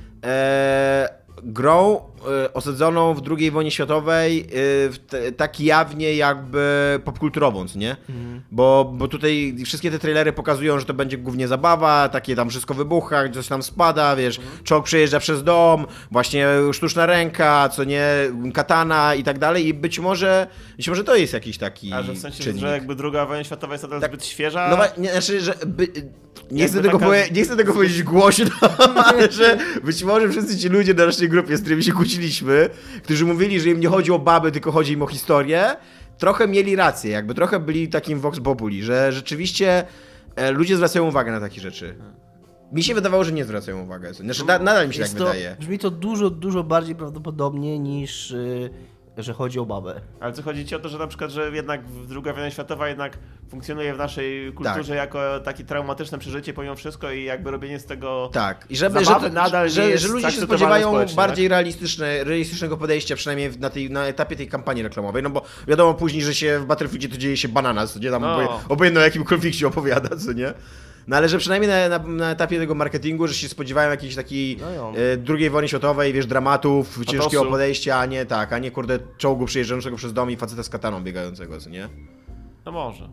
Speaker 2: e, grą e, osadzoną w drugiej wojnie światowej e, w te, tak jawnie jakby popkulturową, co nie?
Speaker 4: Mhm.
Speaker 2: Bo, bo tutaj wszystkie te trailery pokazują, że to będzie głównie zabawa, takie tam wszystko wybucha, coś tam spada, wiesz, czołg przejeżdża przez dom, właśnie sztuczna ręka, co nie, katana i tak dalej i być może, być może to jest jakiś taki
Speaker 3: A że w sensie,
Speaker 2: czynnik.
Speaker 3: że jakby druga wojna światowa jest nadal
Speaker 2: Tak.
Speaker 3: zbyt świeża?
Speaker 2: No wa- nie, znaczy, że by, nie, chcę
Speaker 3: Jakby
Speaker 2: tego
Speaker 3: taka-
Speaker 2: powie- nie chcę tego powiedzieć głośno, ale że być może wszyscy ci ludzie na naszej grupie, z którymi się kłóciliśmy, którzy mówili, że im nie chodzi o baby, tylko chodzi im o historię, trochę mieli rację, jakby trochę byli takim vox populi, że rzeczywiście e, ludzie zwracają uwagę na takie rzeczy. Mi się wydawało, że nie zwracają uwagę. Znaczy, na, nadal mi się tak
Speaker 4: Jest to,
Speaker 2: wydaje.
Speaker 4: Brzmi to dużo, dużo bardziej prawdopodobnie niż, y, że chodzi o babę.
Speaker 3: Ale co chodzi ci o to, że na przykład, że jednak druga wojna światowa jednak funkcjonuje w naszej kulturze
Speaker 2: Tak.
Speaker 3: jako takie traumatyczne przeżycie pomimo wszystko i jakby robienie z tego...
Speaker 2: Tak, i żeby, że,
Speaker 3: Zabawy
Speaker 2: to,
Speaker 3: nadal nie
Speaker 2: że,
Speaker 3: jest
Speaker 2: że ludzie się
Speaker 3: zaakceptowane
Speaker 2: spodziewają
Speaker 3: społecznie,
Speaker 2: bardziej
Speaker 3: tak?
Speaker 2: realistyczne, realistycznego podejścia, przynajmniej na, tej, na etapie tej kampanii reklamowej, no bo wiadomo później, że się w Battlefieldzie to dzieje się bananas, gdzie tam
Speaker 3: No.
Speaker 2: oboje- obojętnie o jakim konflikcie opowiada, co nie? No ale że przynajmniej na, na, na etapie tego marketingu, że się spodziewają jakiejś takiej
Speaker 4: No ją.
Speaker 2: e, drugiej wojny światowej, wiesz, dramatów, ciężkiego
Speaker 3: Patosu.
Speaker 2: podejścia, a nie tak, a nie kurde czołgu przejeżdżającego przez dom i faceta z kataną biegającego, co nie?
Speaker 3: No może.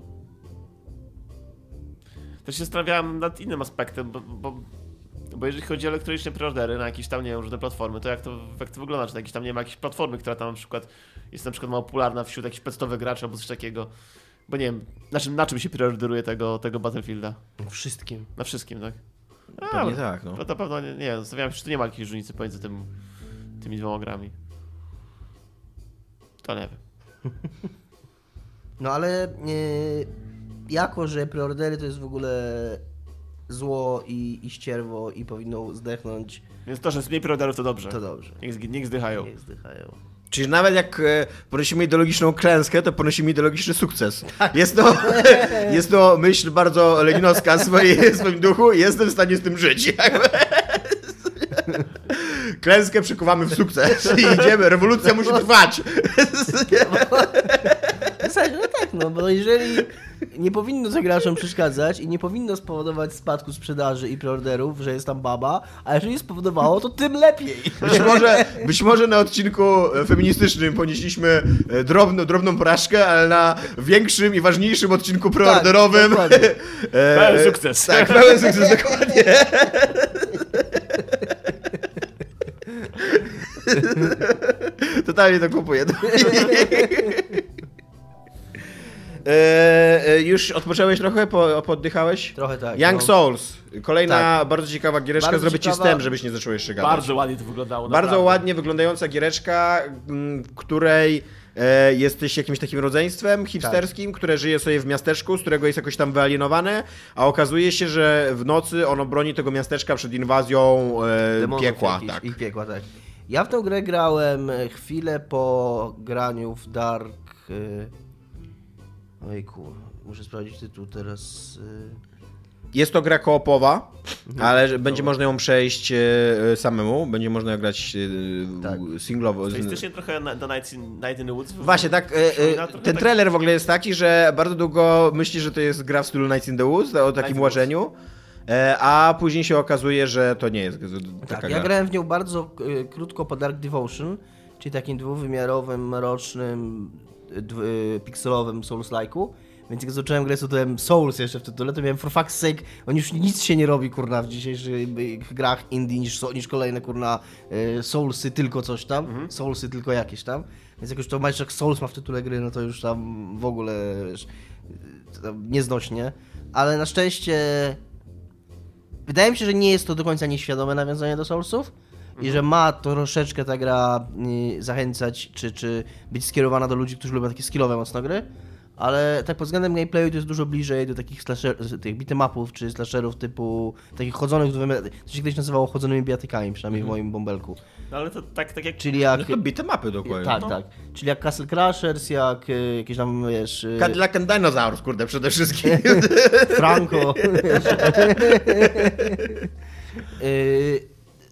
Speaker 3: Też się zastanawiałem nad innym aspektem, bo, bo, bo jeżeli chodzi o elektroniczne preordery na jakieś tam, nie wiem, różne platformy, to jak to, jak to wygląda? Czy na jakieś tam, nie ma jakiejś platformy, która tam na przykład jest na przykład mało popularna wśród jakichś podstawowych graczy albo coś takiego? Bo nie wiem, na czym, na czym się preorderuje tego, tego Battlefielda?
Speaker 4: Wszystkim.
Speaker 3: Na wszystkim, tak?
Speaker 2: Pewnie tak, no.
Speaker 3: To, to pewno nie, nie, zastanawiam się, czy tu nie ma jakiejś różnicy pomiędzy tym, tymi dwoma grami. To nie wiem.
Speaker 4: No ale e, jako, że preordery to jest w ogóle zło i, i ścierwo i powinno zdechnąć,
Speaker 3: Więc to, że jest mniej preorderów, to dobrze.
Speaker 4: to dobrze.
Speaker 3: Niech, z- niech zdychają.
Speaker 4: Niech zdychają.
Speaker 2: Czyli nawet jak e, ponosimy ideologiczną klęskę, to ponosimy ideologiczny sukces. Jest to, jest to myśl bardzo leninowska w swojej- w swoim duchu i jestem w stanie z tym żyć. Jakby. Klęskę przekuwamy w sukces i idziemy, rewolucja musi trwać.
Speaker 4: W zasadzie, no tak, no bo jeżeli nie powinno to graczom przeszkadzać i nie powinno spowodować spadku sprzedaży i preorderów, że jest tam baba, a jeżeli spowodowało, to tym lepiej.
Speaker 2: Być może, być może na odcinku feministycznym ponieśliśmy e, drobną, drobną porażkę, ale na większym i ważniejszym odcinku preorderowym
Speaker 4: dokładnie.
Speaker 2: e,
Speaker 3: Pełen sukces.
Speaker 2: Tak, pełen sukces, dokładnie. Totalnie to kupuję. E, e, już odpocząłeś trochę? Po, poddychałeś?
Speaker 4: Trochę tak.
Speaker 2: Young
Speaker 4: no.
Speaker 2: Souls. Kolejna
Speaker 4: Tak.
Speaker 2: bardzo ciekawa giereczka.
Speaker 4: Bardzo
Speaker 2: Zrobię ci
Speaker 4: ciekawa.
Speaker 2: wstęp, żebyś nie zaczął jeszcze gadać.
Speaker 3: Bardzo ładnie to wyglądało.
Speaker 2: Bardzo
Speaker 3: naprawdę.
Speaker 2: ładnie wyglądająca giereczka, m, której e, jesteś jakimś takim rodzeństwem hipsterskim, które żyje sobie w miasteczku, z którego jest jakoś tam wyalienowane, a okazuje się, że w nocy ono broni tego miasteczka przed inwazją e,
Speaker 4: Demonów
Speaker 2: piekła.
Speaker 4: jakichś,
Speaker 2: Tak.
Speaker 4: Ich piekła, tak. Ja w tę grę grałem chwilę po graniu w Dark... y, Ojku, muszę sprawdzić tytuł teraz. y,
Speaker 2: Jest to gra koopowa,
Speaker 4: Mhm.
Speaker 2: ale że będzie można ją przejść e, samemu, będzie można ją grać e,
Speaker 4: Tak.
Speaker 2: singlowo.
Speaker 3: Stylistycznie trochę na- do Night in, Night in the Woods.
Speaker 2: Właśnie, tak. E,
Speaker 3: Przypomina
Speaker 2: e,
Speaker 3: trochę
Speaker 2: ten
Speaker 3: tak-
Speaker 2: trailer w ogóle jest taki, że bardzo długo myśli, że to jest gra w stylu Nights in the Woods, o
Speaker 3: in
Speaker 2: takim
Speaker 3: the
Speaker 2: łażeniu, e, a później się okazuje, że to nie jest taka
Speaker 4: Tak,
Speaker 2: gra.
Speaker 4: ja grałem w nią bardzo y, krótko po Dark Devotion, czyli takim dwuwymiarowym, mrocznym, y, dw- y, pikselowym Souls-like'u. Więc jak zacząłem grę, to Souls jeszcze w tytule, to miałem for fuck's sake, on już nic się nie robi, kurna, w dzisiejszych grach indie niż, niż kolejne, kurna, Soulsy tylko coś tam, mhm. Soulsy tylko jakieś tam. Więc jak już to masz, jak Souls ma w tytule gry, no to już tam w ogóle, wiesz, nieznośnie. Ale na szczęście wydaje mi się, że nie jest to do końca nieświadome nawiązanie do Soulsów mhm. i że ma to troszeczkę ta gra y, zachęcać, czy, czy być skierowana do ludzi, którzy lubią takie skillowe mocno gry. Ale tak pod względem gameplayu to jest dużo bliżej do takich slasher, tych beat'em-upów czy slasherów typu takich chodzonych, co się kiedyś nazywało chodzonymi bijatykami, przynajmniej mm. w moim bąbelku.
Speaker 3: No ale to tak, tak jak...
Speaker 4: Czyli jak...
Speaker 2: No to beat'em-upy dokładnie.
Speaker 4: Tak,
Speaker 2: no.
Speaker 4: tak. Czyli jak Castle Crashers, jak y, jakieś tam, wiesz... Y...
Speaker 2: Cadillac and Dinosaurs, kurde, przede wszystkim.
Speaker 4: Franco. y...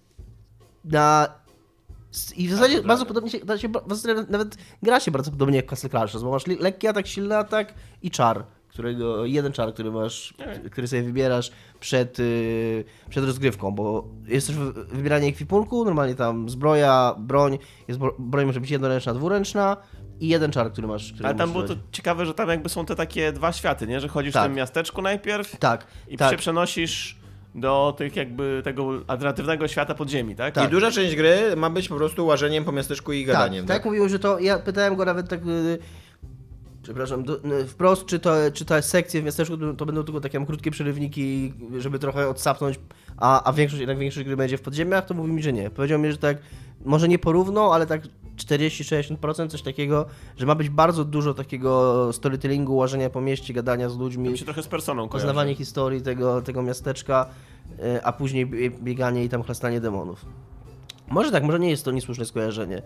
Speaker 4: Na... I w zasadzie bardzo droga. podobnie się, da się, nawet gra się bardzo podobnie jak Castle Crashers, bo masz lekki atak, silny atak i czar, którego, jeden czar, który masz, okay. który sobie wybierasz przed, yy, przed rozgrywką, bo jest też wybieranie ekwipunku, normalnie tam zbroja, broń, jest broń może być jednoręczna, dwuręczna i jeden czar, który masz. Który
Speaker 3: Ale tam było to ciekawe, że tam jakby są te takie dwa światy, nie? Że chodzisz tak. w tym miasteczku najpierw
Speaker 4: tak.
Speaker 3: i
Speaker 4: tak.
Speaker 3: się przenosisz do tych jakby tego alternatywnego świata podziemi, tak?
Speaker 2: tak? I duża część gry ma być po prostu łażeniem po miasteczku i gadaniem.
Speaker 4: Tak, tak, tak mówił, że to, ja pytałem go nawet tak, yy, przepraszam, do, yy, wprost, czy, to, czy te sekcje w miasteczku to, to będą tylko takie krótkie przerywniki, żeby trochę odsapnąć, a, a większość, jednak większość gry będzie w podziemiach, to mówi mi, że nie. Powiedział mi, że tak, może nie porówno, ale tak czterdzieści do sześćdziesięciu procent coś takiego, że ma być bardzo dużo takiego storytellingu, łażenia po mieście, gadania z ludźmi.
Speaker 3: To się trochę z personą kojarzy.
Speaker 4: Poznawanie historii tego, tego miasteczka, a później bieganie i tam chlastanie demonów. Może tak, może nie jest to niesłuszne skojarzenie.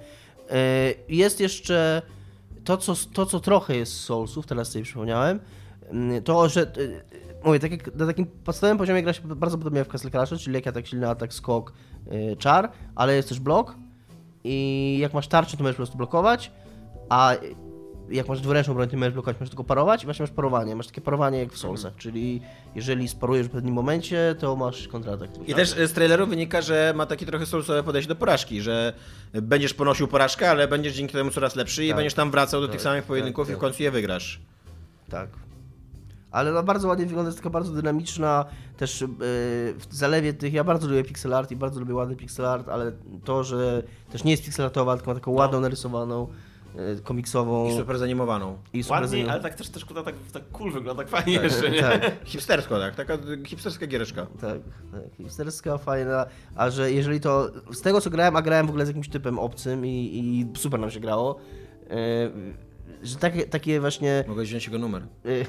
Speaker 4: Jest jeszcze to, co, to, co trochę jest z Soulsów, teraz sobie przypomniałem, to, że mówię, tak jak na takim podstawowym poziomie gra się bardzo podobnie jak w Castle Crashers, czyli jak tak silny atak, skok, czar, ale jest też blok i jak masz tarczę, to możesz po prostu blokować, a jak masz dwuręczną broń, to możesz blokować, możesz tylko parować i właśnie masz parowanie. Masz takie parowanie jak w Soulsach, czyli jeżeli sparujesz w pewnym momencie, to masz kontratak.
Speaker 2: I też z traileru wynika, że ma takie trochę Soulsowe podejście do porażki, że będziesz ponosił porażkę, ale będziesz dzięki temu coraz lepszy i tak. będziesz tam wracał do tak, tych samych pojedynków tak, tak. i w końcu je wygrasz.
Speaker 4: Tak. Ale no bardzo ładnie wygląda, jest taka bardzo dynamiczna, też yy, w zalewie tych, ja bardzo lubię pixel art i bardzo lubię ładny pixel art, ale to, że też nie jest pixel artowa, tylko ma taką ładną, no. narysowaną, yy, komiksową.
Speaker 2: I super zanimowaną.
Speaker 3: I super Ładnie, zanimowaną. Ale tak też, też tak, tak cool wygląda, tak fajnie tak, jeszcze, nie?
Speaker 2: Tak. Hipstersko, tak, taka hipsterska giereczka.
Speaker 4: Tak, tak, hipsterska, fajna, a że jeżeli to, z tego co grałem, a grałem w ogóle z jakimś typem obcym i, i super nam się grało, yy, że takie, takie właśnie...
Speaker 2: Mogę wziąć jego numer.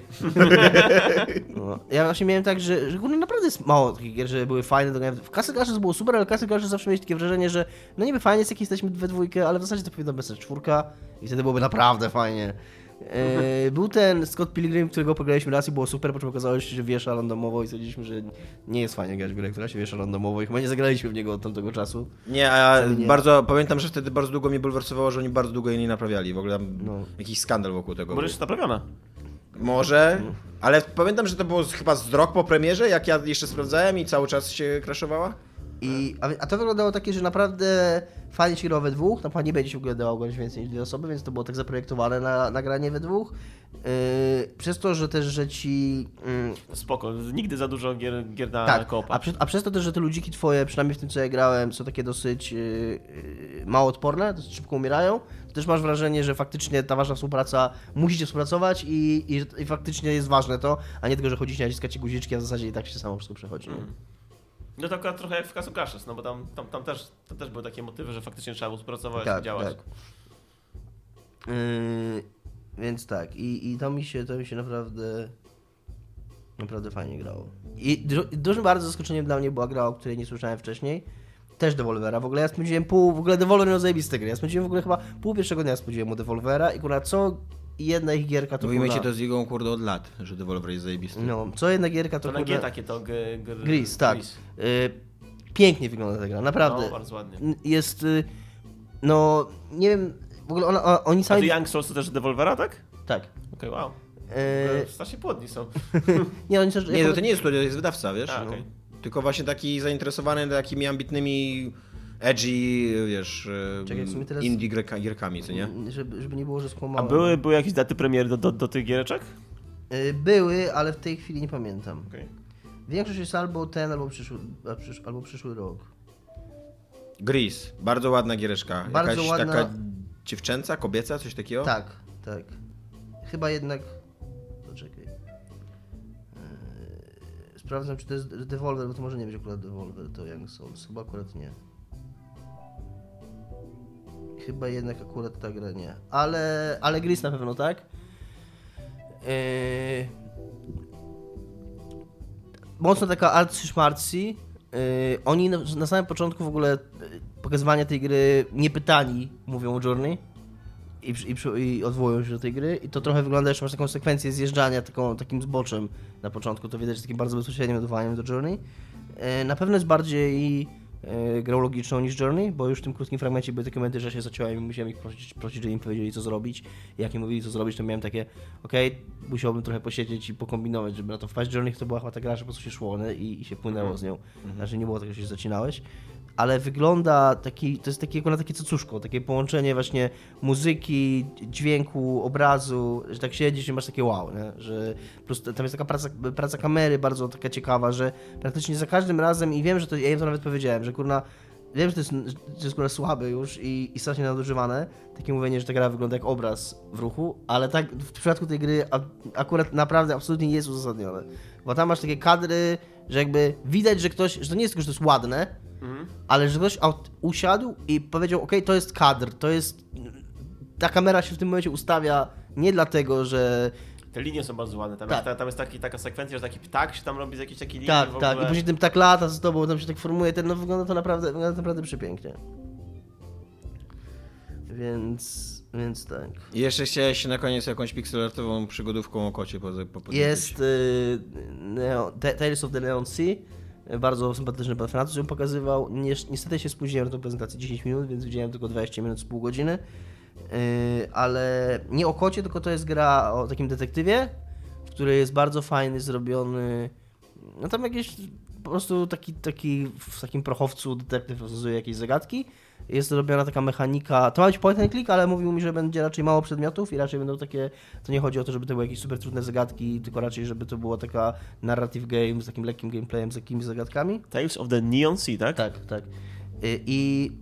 Speaker 4: no. Ja właśnie miałem tak, że, że naprawdę jest mało takich gier, że były fajne. W Castle Crashers było super, ale Castle Crashers zawsze miałeś takie wrażenie, że no niby fajnie jest, jak jesteśmy we dwójkę, ale w zasadzie to powinno być czwórka i wtedy byłoby naprawdę fajnie. E, był ten Scott Pilgrim, którego pograliśmy raz i było super, po czym okazało się, że wiesza randomowo i stwierdziliśmy, że nie jest fajnie grać w grę, która się wiesza randomowo i chyba nie zagraliśmy w niego od tamtego czasu.
Speaker 2: Nie, a nie. bardzo pamiętam, że wtedy bardzo długo mnie bulwersowało, że oni bardzo długo jej nie naprawiali. W ogóle tam no. jakiś skandal wokół tego.
Speaker 3: Może jest naprawiona.
Speaker 2: Może, ale pamiętam, że to było chyba z rok po premierze, jak ja jeszcze sprawdzałem i cały czas się crashowała.
Speaker 4: I, a, a to wyglądało takie, że naprawdę fajnie się grało we dwóch, tam nie będzie się w ogóle dało grać więcej niż dwie osoby, więc to było tak zaprojektowane na, na granie we dwóch. Yy, przez to, że też, że ci... Yy,
Speaker 3: Spoko, nigdy za dużo gier, gier na
Speaker 4: tak,
Speaker 3: koopa.
Speaker 4: A, przy, a przez to też, że te ludziki twoje, przynajmniej w tym co ja grałem, są takie dosyć yy, yy, mało odporne, dosyć szybko umierają, to też masz wrażenie, że faktycznie ta wasza współpraca, musicie współpracować i, i, i faktycznie jest ważne to, a nie tylko, że chodzicie, naciskacie guziczki, a w zasadzie i tak się samo wszystko przechodzi. Mm.
Speaker 3: No to akurat trochę jak w Castle Crashers, no bo tam, tam, tam, też, tam też były takie motywy, że faktycznie trzeba było współpracować
Speaker 4: tak,
Speaker 3: i działać.
Speaker 4: Tak. Yy, więc tak, i, i to mi się to mi się naprawdę naprawdę fajnie grało. I du- dużym bardzo zaskoczeniem dla mnie była gra, o której nie słyszałem wcześniej. Też Devolvera. W ogóle ja spędziłem pół, w ogóle Devolver miał zajebiste gry. Ja spędziłem w ogóle chyba pół pierwszego dnia spędziłem u Devolvera i kurwa co jedna ich gierka to
Speaker 2: Mówimy
Speaker 4: kurwa...
Speaker 2: ci to z jego kurde od lat, że Devolver jest zajebisty.
Speaker 4: No, co jedna gierka to,
Speaker 3: to
Speaker 4: kurwa...
Speaker 3: na G takie to... G, g,
Speaker 4: Gris, tak. Gris. Y- pięknie wygląda ta gra, naprawdę.
Speaker 3: No, bardzo ładnie.
Speaker 4: Jest... Y- no, nie wiem... W ogóle ona, ona, oni sami...
Speaker 3: A to Young Souls to też Devolvera, tak?
Speaker 4: Tak.
Speaker 3: Okej, okay, wow.
Speaker 4: Eee...
Speaker 3: Strasznie płodni są.
Speaker 2: nie, oni też, nie, to, to nie jest studio, to jest wydawca, wiesz?
Speaker 3: A, okay.
Speaker 2: no. Tylko właśnie taki zainteresowany takimi ambitnymi, edgy, wiesz, Czekaj, teraz... indie gierkami, co nie?
Speaker 4: Żeby, żeby nie było, że skłamałem.
Speaker 3: A były, były jakieś daty premiery do, do, do tych giereczek?
Speaker 4: Yy, były, ale w tej chwili nie pamiętam.
Speaker 3: Okay.
Speaker 4: Większość jest albo ten, albo przyszły, a przysz, albo przyszły rok.
Speaker 2: Gris, bardzo ładna giereczka.
Speaker 4: Bardzo
Speaker 2: Jakaś
Speaker 4: ładna...
Speaker 2: taka dziewczęca, kobieca, coś takiego?
Speaker 4: Tak, tak. Chyba jednak... Poczekaj. Yy, sprawdzam, czy to jest Devolver, bo to może nie być akurat Devolver, to Young Souls. Chyba akurat nie. Chyba jednak akurat ta gra nie. Ale, ale Gris na pewno tak. Yy... Mocno taka artsy-szmartsy. Yy, oni na, na samym początku w ogóle pokazywania tej gry nie pytani mówią o Journey i, i, i odwołują się do tej gry i to trochę wygląda, że masz taką sekwencję zjeżdżania taką, takim zboczem na początku, to widać takim bardzo bezpośrednim odwołaniem do Journey. Yy, na pewno jest bardziej yy, grą logiczną niż Journey, bo już w tym krótkim fragmencie były takie momenty, że się zaciąłem i musiałem ich prosić, prosić, żeby im powiedzieli co zrobić. I jak mi mówili co zrobić, to miałem takie, okej, okay, musiałbym trochę posiedzieć i pokombinować, żeby na to wpaść. Journey to była chyba ta gra, że po prostu się szło nie? I, i się płynęło z nią. Mhm. Znaczy nie było tak, że się zacinałeś. Ale wygląda taki, to jest takie, takie cacuszko, takie połączenie właśnie muzyki, dźwięku, obrazu, że tak siedzisz i masz takie wow, nie? Że po prostu tam jest taka praca, praca kamery bardzo taka ciekawa, że praktycznie za każdym razem i wiem, że to, ja im to nawet powiedziałem, że kurna, wiem, że to jest, że to jest kurna słabe już i, i strasznie nadużywane, takie mówienie, że ta gra wygląda jak obraz w ruchu, ale tak w przypadku tej gry a, akurat naprawdę absolutnie jest uzasadnione, bo tam masz takie kadry, że jakby widać, że ktoś, że to nie jest tylko, że to jest ładne, mhm. ale że ktoś usiadł i powiedział, okej, to jest kadr, to jest, ta kamera się w tym momencie ustawia nie dlatego, że...
Speaker 3: Te linie są bardzo ładne, tam,
Speaker 4: tak.
Speaker 3: jest, tam jest taki, taka sekwencja, że taki ptak się tam robi z jakiejś takiej linii
Speaker 4: tak,
Speaker 3: w ogóle.
Speaker 4: Tak, i później tym tak lata z tobą, tam się tak formuje, ten, no wygląda to naprawdę, wygląda to naprawdę przepięknie. Więc... Więc tak.
Speaker 2: I jeszcze chciałeś na koniec jakąś pixelartową przygodówką o kocie po,
Speaker 4: jest y, Neo, Tales of the Neon Sea. Bardzo sympatyczny pan Francuz ją pokazywał. Niestety się spóźniłem na tę prezentację dziesięć minut, więc widziałem tylko dwadzieścia minut z pół godziny. Yy, ale nie o kocie, tylko to jest gra o takim detektywie, w której jest bardzo fajny, zrobiony. No tam jakieś po prostu taki, taki w takim prochowcu detektyw rozwiązuje jakieś zagadki. Jest zrobiona taka mechanika, to ma być point and click, ale mówił mi, że będzie raczej mało przedmiotów i raczej będą takie, to nie chodzi o to, żeby to były jakieś super trudne zagadki, tylko raczej, żeby to była taka narrative game z takim lekkim gameplayem, z jakimiś zagadkami.
Speaker 3: Tales of the Neon Sea, tak?
Speaker 4: Tak, tak. I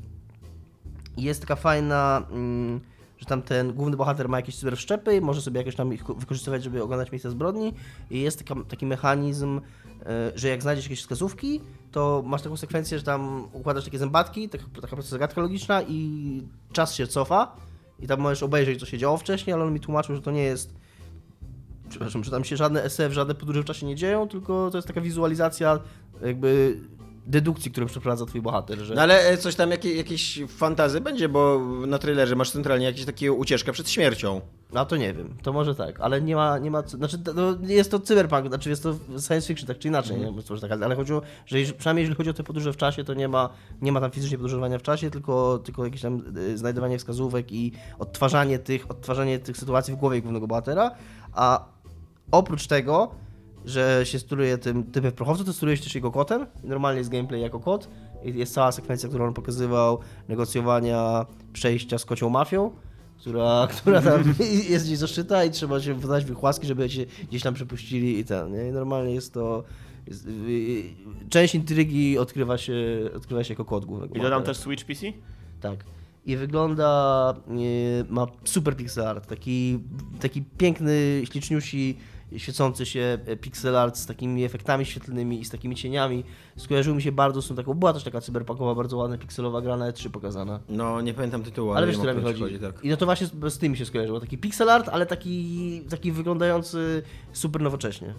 Speaker 4: jest taka fajna, że tam ten główny bohater ma jakieś super wszczepy i może sobie jakoś tam ich wykorzystywać, żeby oglądać miejsca zbrodni i jest taka, taki mechanizm, że jak znajdziesz jakieś wskazówki, to masz taką sekwencję, że tam układasz takie zębatki, taka, taka po prostu zagadka logiczna i czas się cofa i tam możesz obejrzeć, co się działo wcześniej, ale on mi tłumaczył, że to nie jest, przepraszam, że tam się żadne S F, żadne podróże w czasie nie dzieją, tylko to jest taka wizualizacja jakby dedukcji, którą przeprowadza twój bohater. Że...
Speaker 2: No ale coś tam, jakie, jakieś fantazy będzie, bo na trailerze masz centralnie jakieś takie ucieczka przed śmiercią.
Speaker 4: No to nie wiem, to może tak, ale nie ma, nie ma, znaczy to jest to cyberpunk, znaczy jest to science fiction, tak czy inaczej, mm. nie? Może tak, ale chodziło, że jeżeli, przynajmniej jeżeli chodzi o te podróże w czasie, to nie ma, nie ma tam fizycznie podróżowania w czasie, tylko, tylko jakieś tam znajdowanie wskazówek i odtwarzanie tych, odtwarzanie tych sytuacji w głowie głównego bohatera, a oprócz tego, że się steruje tym typem prochowca, to steruje się też jego kotem. Normalnie jest gameplay jako kot. I jest cała sekwencja, którą on pokazywał, negocjowania przejścia z kocią mafią, która, która tam jest gdzieś zaszyta i trzeba się wydać wychłaski, żeby się gdzieś tam przepuścili i ten. Nie? I normalnie jest to... Jest, część intrygi odkrywa się, odkrywa się jako kot głównego.
Speaker 3: I dodam też Switch P C?
Speaker 4: Tak. I wygląda... ma super pixel art. Taki, taki piękny, śliczniusi, świecący się pixel art z takimi efektami świetlnymi i z takimi cieniami. Skojarzył mi się bardzo z tą taką, była też taka cyberpunkowa, bardzo ładna pikselowa gra na E trzy pokazana.
Speaker 2: No, nie pamiętam tytułu, ale,
Speaker 4: ale wiesz,
Speaker 2: która
Speaker 4: mi chodzi.
Speaker 2: chodzi tak.
Speaker 4: I no to właśnie z, z tym się skojarzyło. Taki pixel art, ale taki, taki wyglądający super nowocześnie.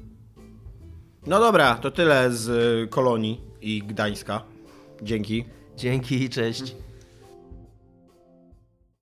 Speaker 2: No dobra, to tyle z Kolonii i Gdańska. Dzięki.
Speaker 4: Dzięki, cześć.